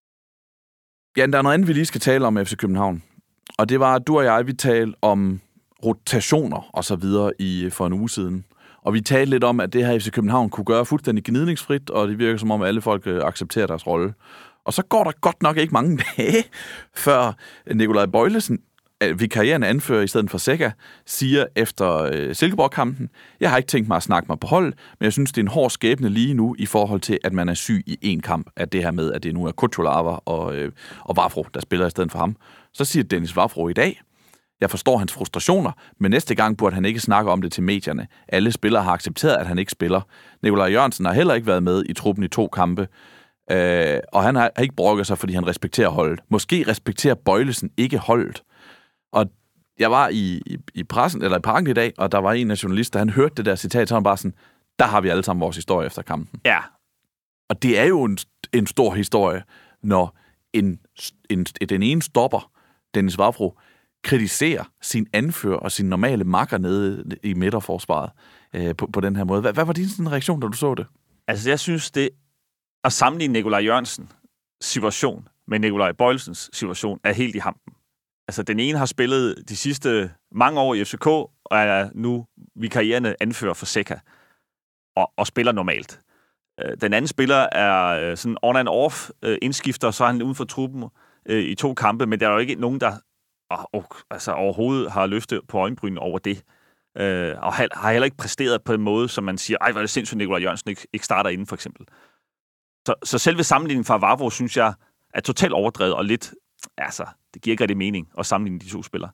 Ja, der er noget andet, vi lige skal tale om F C København. Og det var, at du og jeg, vi talte om, rotationer og så videre i, for en uge siden. Og vi talte lidt om, at det her F C København kunne gøre fuldstændig gnidningsfrit, og det virker som om, alle folk accepterer deres rolle. Og så går der godt nok ikke mange dage, før Nikolaj Boilesen, vikarierende anfører i stedet for Sækker, siger efter øh, Silkeborg-kampen, jeg har ikke tænkt mig at snakke mig på hold, men jeg synes, det er en hård skæbne lige nu i forhold til, at man er syg i en kamp, at det her med, at det nu er Kutulava og, øh, og Vavro, der spiller i stedet for ham. Så siger Dennis Vavro i dag, jeg forstår hans frustrationer, men næste gang burde han ikke snakke om det til medierne. Alle spillere har accepteret, at han ikke spiller. Nikolaj Jørgensen har heller ikke været med i truppen i to kampe, øh, og han har ikke brokket sig, fordi han respekterer holdet. Måske respekterer Boilesen ikke holdet. Og jeg var i, i, i pressen, eller i parken i dag, og der var en af journalister, han hørte det der citat, så han bare sådan, der har vi alle sammen vores historie efter kampen. Ja. Og det er jo en, en stor historie, når en, en, den ene stopper, Dennis Vavro, kritiserer sin anfører og sin normale makker nede i midterforsvaret øh, på, på den her måde. Hvad, hvad var din sådan reaktion, da du så det? Altså, jeg synes, det at sammenligne Nikolaj Jørgensens situation med Nikolaj Boilesens situation er helt i hampen. Altså, den ene har spillet de sidste mange år i F C K, og er nu vikarierende anfører for Sækker, og, og spiller normalt. Den anden spiller er sådan on and off indskifter, så er han uden for truppen i to kampe, men der er jo ikke nogen, der oh, altså, overhovedet har løftet på øjenbrynen over det. Og har heller ikke præsteret på en måde, som man siger, ej, hvor er det sindssygt, at Nikolaj Jørgensen ikke, ikke starter inden, for eksempel. Så, så selve sammenligningen fra Vavro, synes jeg, er totalt overdrevet og lidt. Altså, det giver ikke rigtig mening at sammenligne de to spillere.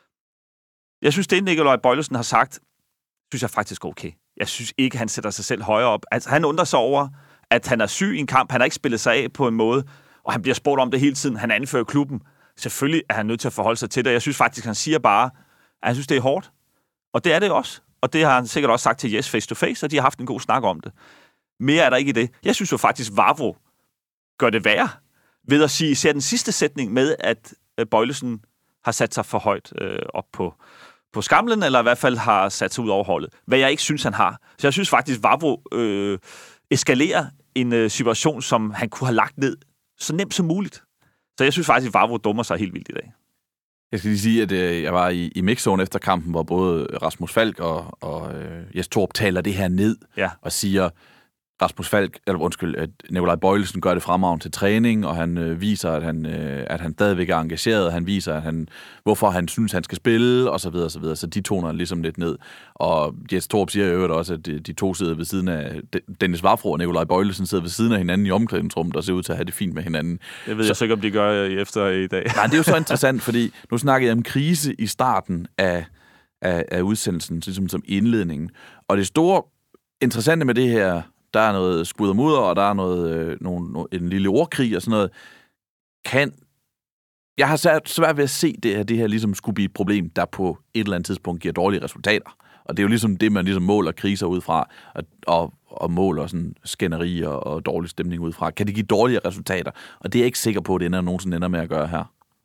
Jeg synes, det Nikolaj Boilesen har sagt, synes jeg faktisk er okay. Jeg synes ikke, han sætter sig selv højere op. Altså, han undrer sig over, at han er syg i en kamp. Han har ikke spillet sig af på en måde, og han bliver spurgt om det hele tiden. Han anfører klubben. Selvfølgelig er han nødt til at forholde sig til det. Jeg synes faktisk, han siger bare, at han synes, det er hårdt. Og det er det også. Og det har han sikkert også sagt til Jes face to face, og de har haft en god snak om det. Mere er der ikke i det. Jeg synes jo faktisk, Vavro gør det værre ved at sige, ser den sidste sætning med, at Boilesen har sat sig for højt øh, op på, på skamlen, eller i hvert fald har sat sig ud over holdet. Hvad jeg ikke synes, han har. Så jeg synes faktisk, Vavro øh, eskalerer en øh, situation, som han kunne have lagt ned så nemt som muligt. Så jeg synes faktisk, at Vavro dummer sig helt vildt i dag. Jeg skal lige sige, at øh, jeg var i, i mixzone efter kampen, hvor både Rasmus Falk og, og øh, Jes Torp taler det her ned, ja, og siger, Rasmus Falk, eller undskyld, at Nikolaj Boilesen gør det fremragende til træning, og han øh, viser, at han, øh, at han stadigvæk er engageret, han viser, at han, hvorfor han synes, han skal spille, og så videre, og så videre. Så de toner ligesom lidt ned. Og Jes Torp siger jo også, at de, de to sidder ved siden af, Dennis Vavro og Nikolaj Boilesen sidder ved siden af hinanden i omklædningsrummet, der ser ud til at have det fint med hinanden. Jeg ved så, jeg så ikke, om de gør efter i dag. Nej, det er jo så interessant, fordi nu snakkede jeg om krise i starten af, af, af udsendelsen, ligesom som indledningen. Og det store interessante med det her, der er noget skud og mudder, og der er noget, øh, nogle, en lille ordkrig og sådan noget. Kan... Jeg har svært, svært ved at se det her, det her ligesom skulle blive et problem, der på et eller andet tidspunkt giver dårlige resultater. Og det er jo ligesom det, man ligesom måler kriser ud fra, og, og, og måler sådan skænderi og, og dårlig stemning ud fra. Kan det give dårlige resultater? Og det er jeg ikke sikker på, at det ender, nogensinde ender med at gøre her.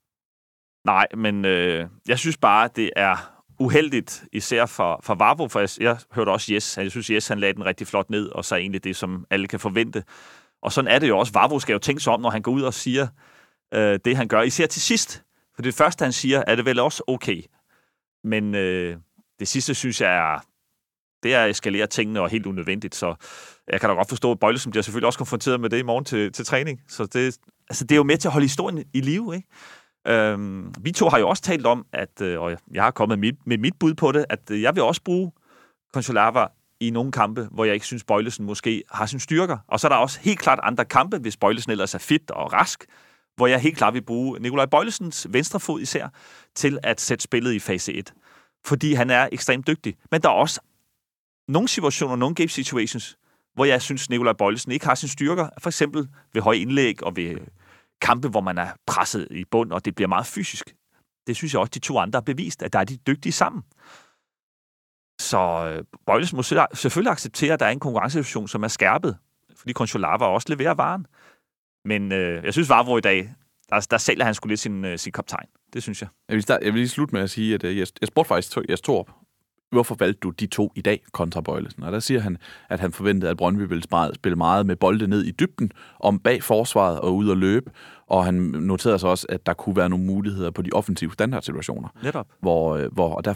Nej, men øh, jeg synes bare, det er uheldigt, især for, for Vavro, for jeg, jeg hørte også Jes. Jeg synes, Jes han lagde den rigtig flot ned, og så egentlig det, som alle kan forvente. Og sådan er det jo også. Vavro skal jo tænke sig om, når han går ud og siger øh, det, han gør. Især til sidst. For det første, han siger, er det vel også okay. Men øh, det sidste, synes jeg, er, det er at eskalere tingene og helt unødvendigt. Så jeg kan da godt forstå, at Boilesen bliver selvfølgelig også konfronteret med det i morgen til, til træning. Så det, altså, det er jo med til at holde historien i live, ikke? Øhm, vi to har jo også talt om, at, øh, og jeg har kommet med, med mit bud på det, at øh, jeg vil også bruge Kutulava i nogle kampe, hvor jeg ikke synes, Boilesen måske har sin styrker. Og så er der også helt klart andre kampe, hvis Boilesen ellers er fit og rask, hvor jeg helt klart vil bruge Nikolaj Boilesens venstre fod især til at sætte spillet i fase et. Fordi han er ekstremt dygtig. Men der er også nogle situationer, nogle game situations, hvor jeg synes, Nikolaj Boilesen ikke har sin styrker. For eksempel ved høje indlæg og ved kampe, hvor man er presset i bund, og det bliver meget fysisk. Det synes jeg også, de to andre har bevist, at der er de dygtige sammen. Så øh, Boilesen må selvfølgelig acceptere, at der er en konkurrencesituation, som er skærpet, fordi Kutulava også leverer varen. Men øh, jeg synes, Vavro i dag, der, der sælger han sgu lidt sin, øh, sin kaptajn. Det synes jeg. Jeg vil, starte, jeg vil lige slutte med at sige, at jeg, jeg spurgte faktisk Jes Torp, hvorfor valgte du de to i dag kontra Boilesen? Og der siger han, at han forventede, at Brøndby ville spille meget med bolde ned i dybden, om bag forsvaret og ud og løbe. Og han noterede så også, at der kunne være nogle muligheder på de offensive standardsituationer. Netop. Hvor, hvor, og derfor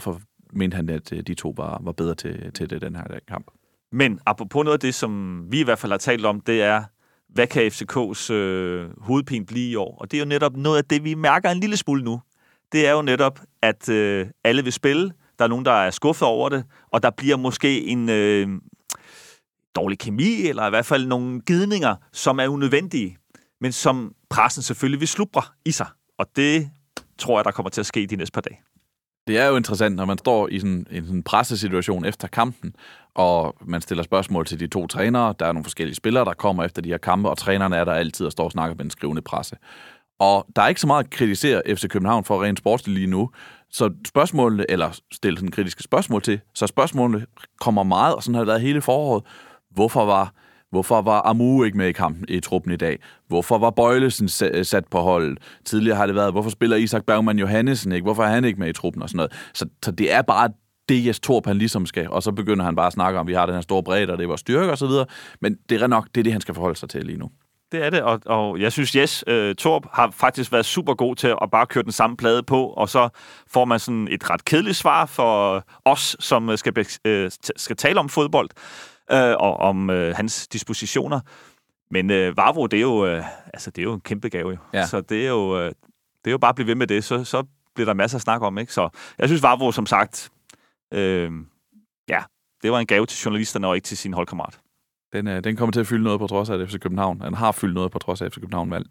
mente han, at de to var, var bedre til, til det, den her kamp. Men apropos noget af det, som vi i hvert fald har talt om, det er, hvad kan F C K's øh, hovedpine blive i år? Og det er jo netop noget af det, vi mærker en lille smule nu. Det er jo netop, at øh, alle vil spille. Der er nogen, der er skuffet over det, og der bliver måske en øh, dårlig kemi, eller i hvert fald nogle gidninger, som er unødvendige, men som pressen selvfølgelig vil slubre i sig. Og det tror jeg, der kommer til at ske de næste par dage. Det er jo interessant, når man står i sådan en sådan pressesituation efter kampen, og man stiller spørgsmål til de to trænere. Der er nogle forskellige spillere, der kommer efter de her kampe, og trænerne er der altid og står og snakker med den skrivende presse. Og der er ikke så meget at kritisere F C København for rent sportsligt lige nu. Så spørgsmålene, eller stille sådan kritiske spørgsmål til, så spørgsmålene kommer meget, og sådan har det været hele foråret. Hvorfor var, hvorfor var Amu ikke med i kampen i truppen i dag? Hvorfor var Bøjlesen sat på holdet? Tidligere har det været, hvorfor spiller Isak Bergman Johannesen ikke? Hvorfor er han ikke med i truppen og sådan noget? Så, så det er bare det, Jes Torp han ligesom skal, og så begynder han bare at snakke om, vi har den her store bredde, og det er vores styrke og så videre. Men det er nok det, er det han skal forholde sig til lige nu. Det er det, og, og jeg synes, Jes øh, Torp har faktisk været super god til at bare køre den samme plade på, og så får man sådan et ret kedeligt svar for os, som skal, øh, skal tale om fodbold, øh, og om øh, hans dispositioner. Men øh, Vavro, det er jo øh, altså det er jo en kæmpe gave, jo. Ja. Så det er jo øh, det er jo bare at blive ved med det, så, så bliver der masser at snakke om, ikke? Så jeg synes, Vavro, som sagt, øh, ja, det var en gave til journalisterne og ikke til sin holdkammerat. Den, øh, den kommer til at fylde noget på trods af F C København. Den har fyldt noget på trods af F C København valgt.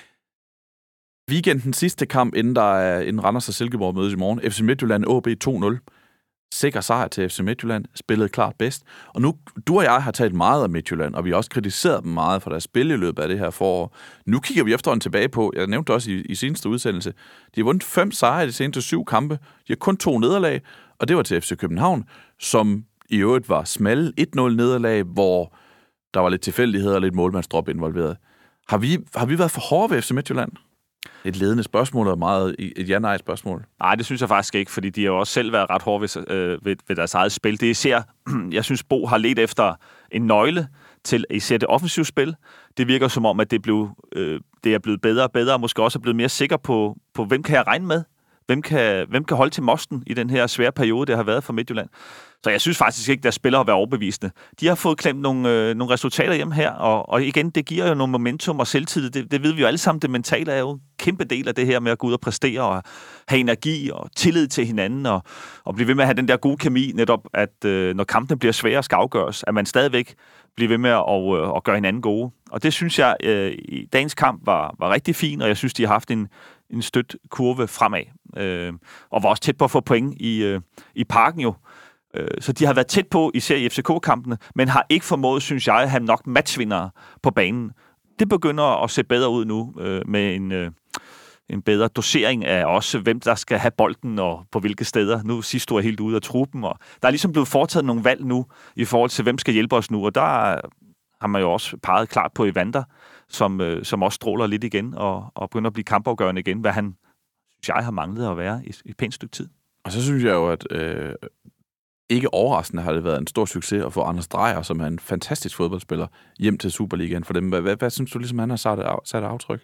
Weekendens sidste kamp, inden der er inden Randers og Silkeborg mødes i morgen. F C Midtjylland A B to nul. Sikker sejr til F C Midtjylland. Spillede klart bedst. Og nu, du og jeg har talt meget om Midtjylland, og vi har også kritiseret dem meget for deres spil i løbet af det her forår. Nu kigger vi efterhånden tilbage på, jeg nævnte også i, i seneste udsendelse, de har vundet fem sejre i de seneste syv kampe. De har kun to nederlag, og det var til F C København, som i øvrigt var smalle et nul nederlag, hvor der var lidt tilfældigheder og lidt målmandsdrop involveret. Har vi, har vi været for hårde ved F C Midtjylland? Et ledende spørgsmål og meget et ja-nej spørgsmål. Nej, det synes jeg faktisk ikke, fordi de har jo også selv været ret hårde ved, øh, ved, ved deres eget spil. Det især, jeg synes, Bo har let efter en nøgle til især det offensive spil. Det virker som om, at det, blev, øh, det er blevet bedre og bedre, og måske også er blevet mere sikker på, på hvem kan jeg regne med? Hvem kan, hvem kan holde til mosten i den her svære periode, det har været for Midtjylland? Så jeg synes faktisk ikke, at deres spillere har været overbevisende. De har fået klemt nogle, øh, nogle resultater hjem her, og, og igen, det giver jo nogle momentum og selvtid. Det, det ved vi jo alle sammen. Det mentale er jo en kæmpe del af det her med at gå ud og præstere og have energi og tillid til hinanden og, og blive ved med at have den der gode kemi, netop at øh, når kampene bliver svære og skal afgøres, at man stadigvæk bliver ved med at, og, at gøre hinanden gode. Og det synes jeg, øh, i dagens kamp var, var rigtig fint, og jeg synes, de har haft en en støt kurve fremad, øh, og var også tæt på at få point i, øh, i parken jo. Øh, så de har været tæt på, især i F C K-kampene, men har ikke formået, synes jeg, at have nok matchvindere på banen. Det begynder at se bedre ud nu, øh, med en, øh, en bedre dosering af også, hvem der skal have bolden og på hvilke steder. Nu sidst du er helt ude af truppen, og der er ligesom blevet foretaget nogle valg nu, i forhold til, hvem skal hjælpe os nu, og der har man jo også peget klart på Evander, som, øh, som også stråler lidt igen, og, og begynder at blive kampafgørende igen, hvad han, synes jeg, har manglet at være i, i et pænt stykke tid. Og så synes jeg jo, at øh, ikke overraskende har det været en stor succes at få Anders Dreyer, som er en fantastisk fodboldspiller, hjem til Superligaen for dem. Hvad, hvad, hvad synes du, ligesom han har sat, sat aftryk?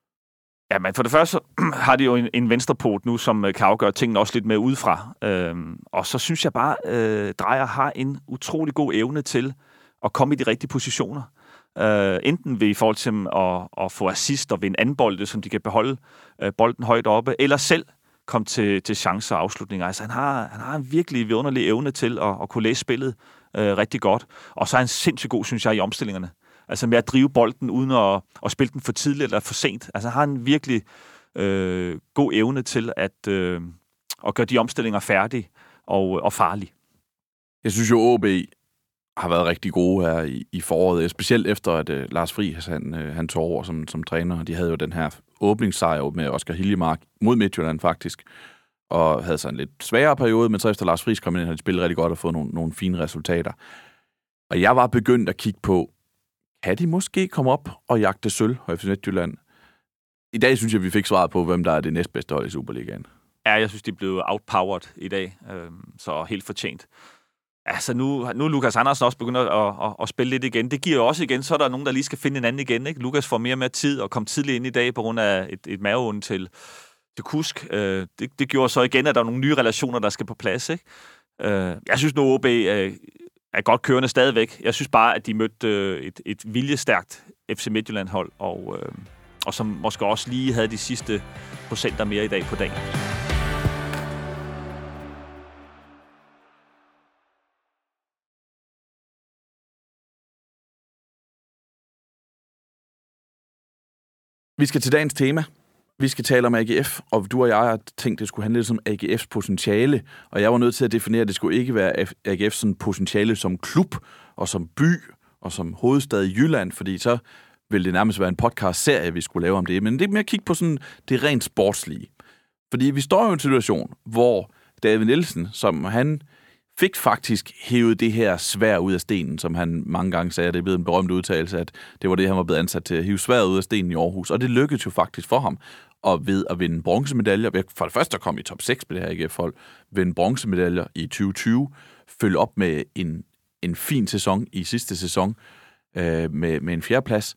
Ja, men for det første har de jo en, en venstrepot nu, som kan afgøre tingene også lidt mere udefra. Øhm, og så synes jeg bare, øh, Dreyer har en utrolig god evne til at komme i de rigtige positioner. Uh, enten ved i forhold til at, at få assist og vinde anden bolde, som de kan beholde uh, bolden højt oppe, eller selv komme til, til chancer og afslutninger. Altså, han har, han har en virkelig vidunderlig evne til at, at kunne læse spillet uh, rigtig godt. Og så er han sindssygt god, synes jeg, i omstillingerne. Altså med at drive bolden uden at, at spille den for tidligt eller for sent. Altså, han har en virkelig uh, god evne til at, uh, at gøre de omstillinger færdige og, og farlige. Jeg synes jo, O B har været rigtig gode her i, i foråret, specielt efter, at uh, Lars Friis han, uh, han tog over som, som træner. De havde jo den her åbningssejr med Oscar Hiljemark mod Midtjylland faktisk, og havde så en lidt sværere periode, men så efter Lars Friis kom ind, havde de spillet rigtig godt og fået nogle, nogle fine resultater. Og jeg var begyndt at kigge på, kan de måske komme op og jagte sølv af F C Midtjylland? I dag synes jeg, vi fik svaret på, hvem der er det næstbedste hold i Superligaen. Ja, jeg synes, de blev outpowered i dag, øh, så helt fortjent. Altså nu, nu er Lukas Andersen også begyndt at, at, at spille lidt igen. Det giver jo også igen, så er der nogen, der lige skal finde en anden igen. Ikke? Lukas får mere og mere tid og kommer tidligt ind i dag på grund af et, et maveonde til, til Kusk. Øh, det, det gjorde så igen, at der er nogle nye relationer, der skal på plads, ikke? Øh, jeg synes nu, O B øh, er godt kørende stadigvæk. Jeg synes bare, at de mødte øh, et, et viljestærkt F C Midtjylland-hold, og, øh, og som måske også lige havde de sidste procenter mere i dag på dagen. Vi skal til dagens tema. Vi skal tale om A G F, og du og jeg har tænkt, at det skulle handle lidt om A G F's potentiale, og jeg var nødt til at definere, at det skulle ikke være A G F's sådan potentiale som klub, og som by, og som hovedstad i Jylland, fordi så ville det nærmest være en podcast-serie, vi skulle lave om det. Men det er mere at kigge på sådan det rent sportslige. Fordi vi står jo i en situation, hvor David Nielsen, som han fik faktisk hævet det her svær ud af stenen, som han mange gange sagde, det er blevet en berømt udtalelse, at det var det, han var blevet ansat til at hive sværet ud af stenen i Aarhus. Og det lykkedes jo faktisk for ham, og ved at vinde bronzemedaljer, for det første at komme i top seks på det her A G F-hold, vinde bronzemedaljer i tyve tyve, følge op med en, en fin sæson i sidste sæson, øh, med, med en fjerdeplads.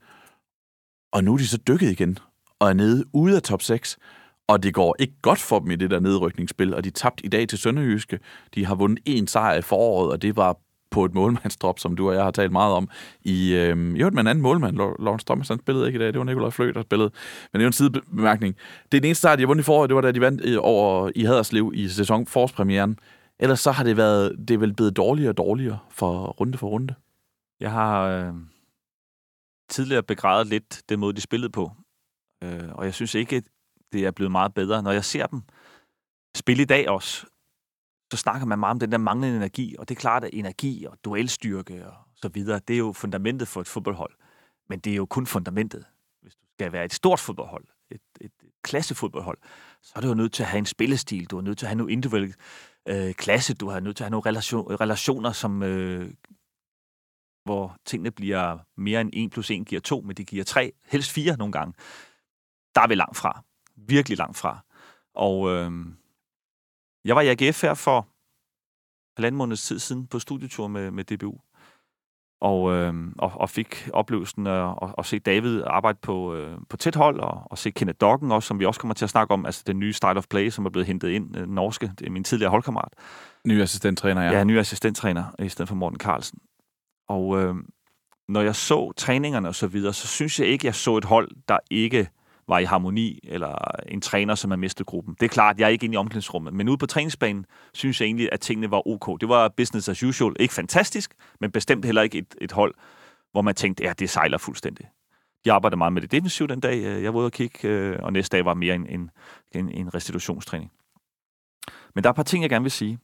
Og nu er de så dykket igen, og er nede ude af top seks, og det går ikke godt for dem i det der nedrykningsspil, og de tabte i dag til Sønderjyske. De har vundet én sejr i foråret, og det var på et målmandsdrop, som du og jeg har talt meget om. I øh, jo, med en anden målmand, Lawrence Thomas, han spillede ikke i dag, det var Nikolaj Flø, der spillede. Men det er jo en sidebemærkning. Det er den eneste sejr, de har vundet i foråret, det var da de vandt over i Haderslev i sæsonforårspremieren. Ellers så har det været, det er vel blevet dårligere og dårligere for runde for runde. Jeg har øh, tidligere begrædet lidt den måde, de spillede på. Øh, og jeg synes ikke, det er blevet meget bedre. Når jeg ser dem spille i dag også, så snakker man meget om den der manglende energi, og det er klart, at energi og duelstyrke og så videre, det er jo fundamentet for et fodboldhold. Men det er jo kun fundamentet. Hvis du skal være et stort fodboldhold, et, et, et klassefodboldhold, så er du jo nødt til at have en spillestil, du er nødt til at have nogle individuelle øh, klasse, du er nødt til at have nogle relation, relationer, som, øh, hvor tingene bliver mere end en plus en giver to, men de giver tre, helst fire nogle gange. Der er vi langt fra. Virkelig langt fra. Og øh, jeg var i A G F her for halvanden måneds tid siden på studietur med, med D B U. Og, øh, og, og fik oplevelsen at, at, at se David arbejde på, øh, på tæt hold, og, og se Kenneth Doggen også, som vi også kommer til at snakke om, altså den nye style of play, som er blevet hentet ind, den norske, det er min tidligere holdkammerat. Ny assistenttræner, ja. Ja, ny assistenttræner, i stedet for Morten Carlsen. Og øh, når jeg så træningerne og så videre, så synes jeg ikke, jeg så et hold, der ikke var i harmoni, eller en træner, som har mistet gruppen. Det er klart, jeg er ikke inde i omklædningsrummet, men ude på træningsbanen, synes jeg egentlig, at tingene var ok. Det var business as usual. Ikke fantastisk, men bestemt heller ikke et, et hold, hvor man tænkte, ja, det sejler fuldstændig. De arbejdede meget med det defensive den dag, jeg var ude og kigge, og næste dag var mere en, en, en, en restitutionstræning. Men der er et par ting, jeg gerne vil sige.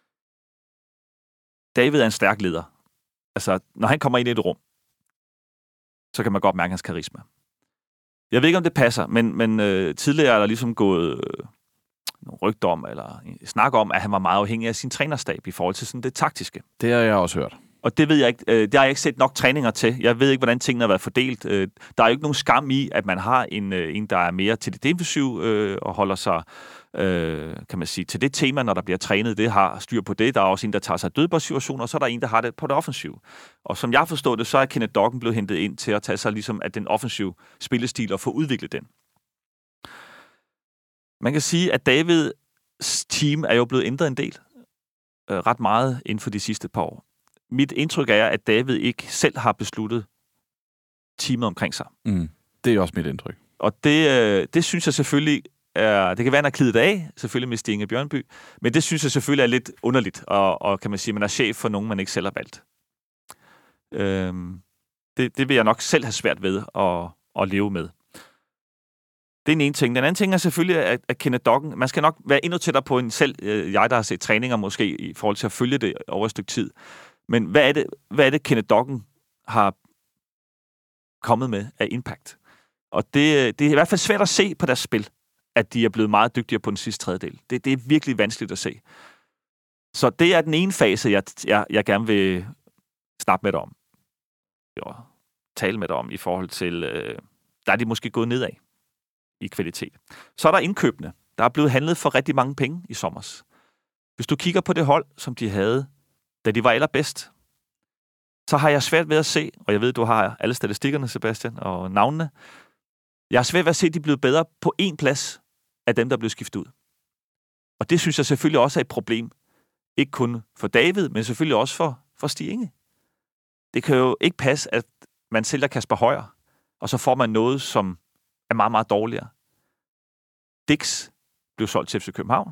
David er en stærk leder. Altså, når han kommer ind i et rum, så kan man godt mærke hans karisma. Jeg ved ikke, om det passer, men, men øh, tidligere er der ligesom gået øh, nogle rygter om, eller snak om, at han var meget afhængig af sin trænerstab i forhold til sådan det taktiske. Det har jeg også hørt. Og det ved jeg ikke, øh, det har jeg ikke set nok træninger til. Jeg ved ikke, hvordan tingene har været fordelt. Øh, der er jo ikke nogen skam i, at man har en, øh, en der er mere til det defensive, øh, og holder sig, øh, kan man sige, til det tema, når der bliver trænet. Det har styr på det. Der er også en, der tager sig dødboldsituationer, og så er der en, der har det på det offensive. Og som jeg forstår det, så er Kenneth Doggen blevet hentet ind til at tage sig ligesom af den offensive spillestil og få udviklet den. Man kan sige, at Davids team er jo blevet ændret en del. Øh, ret meget inden for de sidste par år. Mit indtryk er, at David ikke selv har besluttet teamet omkring sig. Mm, det er også mit indtryk. Og det, øh, det synes jeg selvfølgelig er... Det kan være, han har klidet af, selvfølgelig med Stine Bjørnby, men det synes jeg selvfølgelig er lidt underligt, og, og kan man sige, at man er chef for nogen, man ikke selv har valgt. Øhm, det, det vil jeg nok selv have svært ved at, at leve med. Det er en ene ting. Den anden ting er selvfølgelig, at, at Kenneth Doggen, man skal nok være endnu tættere på en selv, jeg der har set træninger måske, i forhold til at følge det over et stykke tid. Men hvad er det, hvad er det Kenneth Doggen har kommet med af impact? Og det, det er i hvert fald svært at se på deres spil, at de er blevet meget dygtigere på den sidste tredjedel. Det, det er virkelig vanskeligt at se. Så det er den ene fase, jeg, jeg, jeg gerne vil snakke med dig om. Jo, tale med dig om i forhold til, øh, der er de måske gået nedad i kvalitet. Så er der indkøbene. Der er blevet handlet for rigtig mange penge i sommers. Hvis du kigger på det hold, som de havde, da de var allerbedst, så har jeg svært ved at se, og jeg ved, du har alle statistikkerne, Sebastian, og navnene. Jeg har svært ved at se, at de er blevet bedre på én plads af dem, der blev skiftet ud. Og det synes jeg selvfølgelig også er et problem. Ikke kun for David, men selvfølgelig også for, for Stig Inge. Det kan jo ikke passe, at man sælger Kasper Højer, og så får man noget, som er meget, meget dårligere. Dix blev solgt til F C København.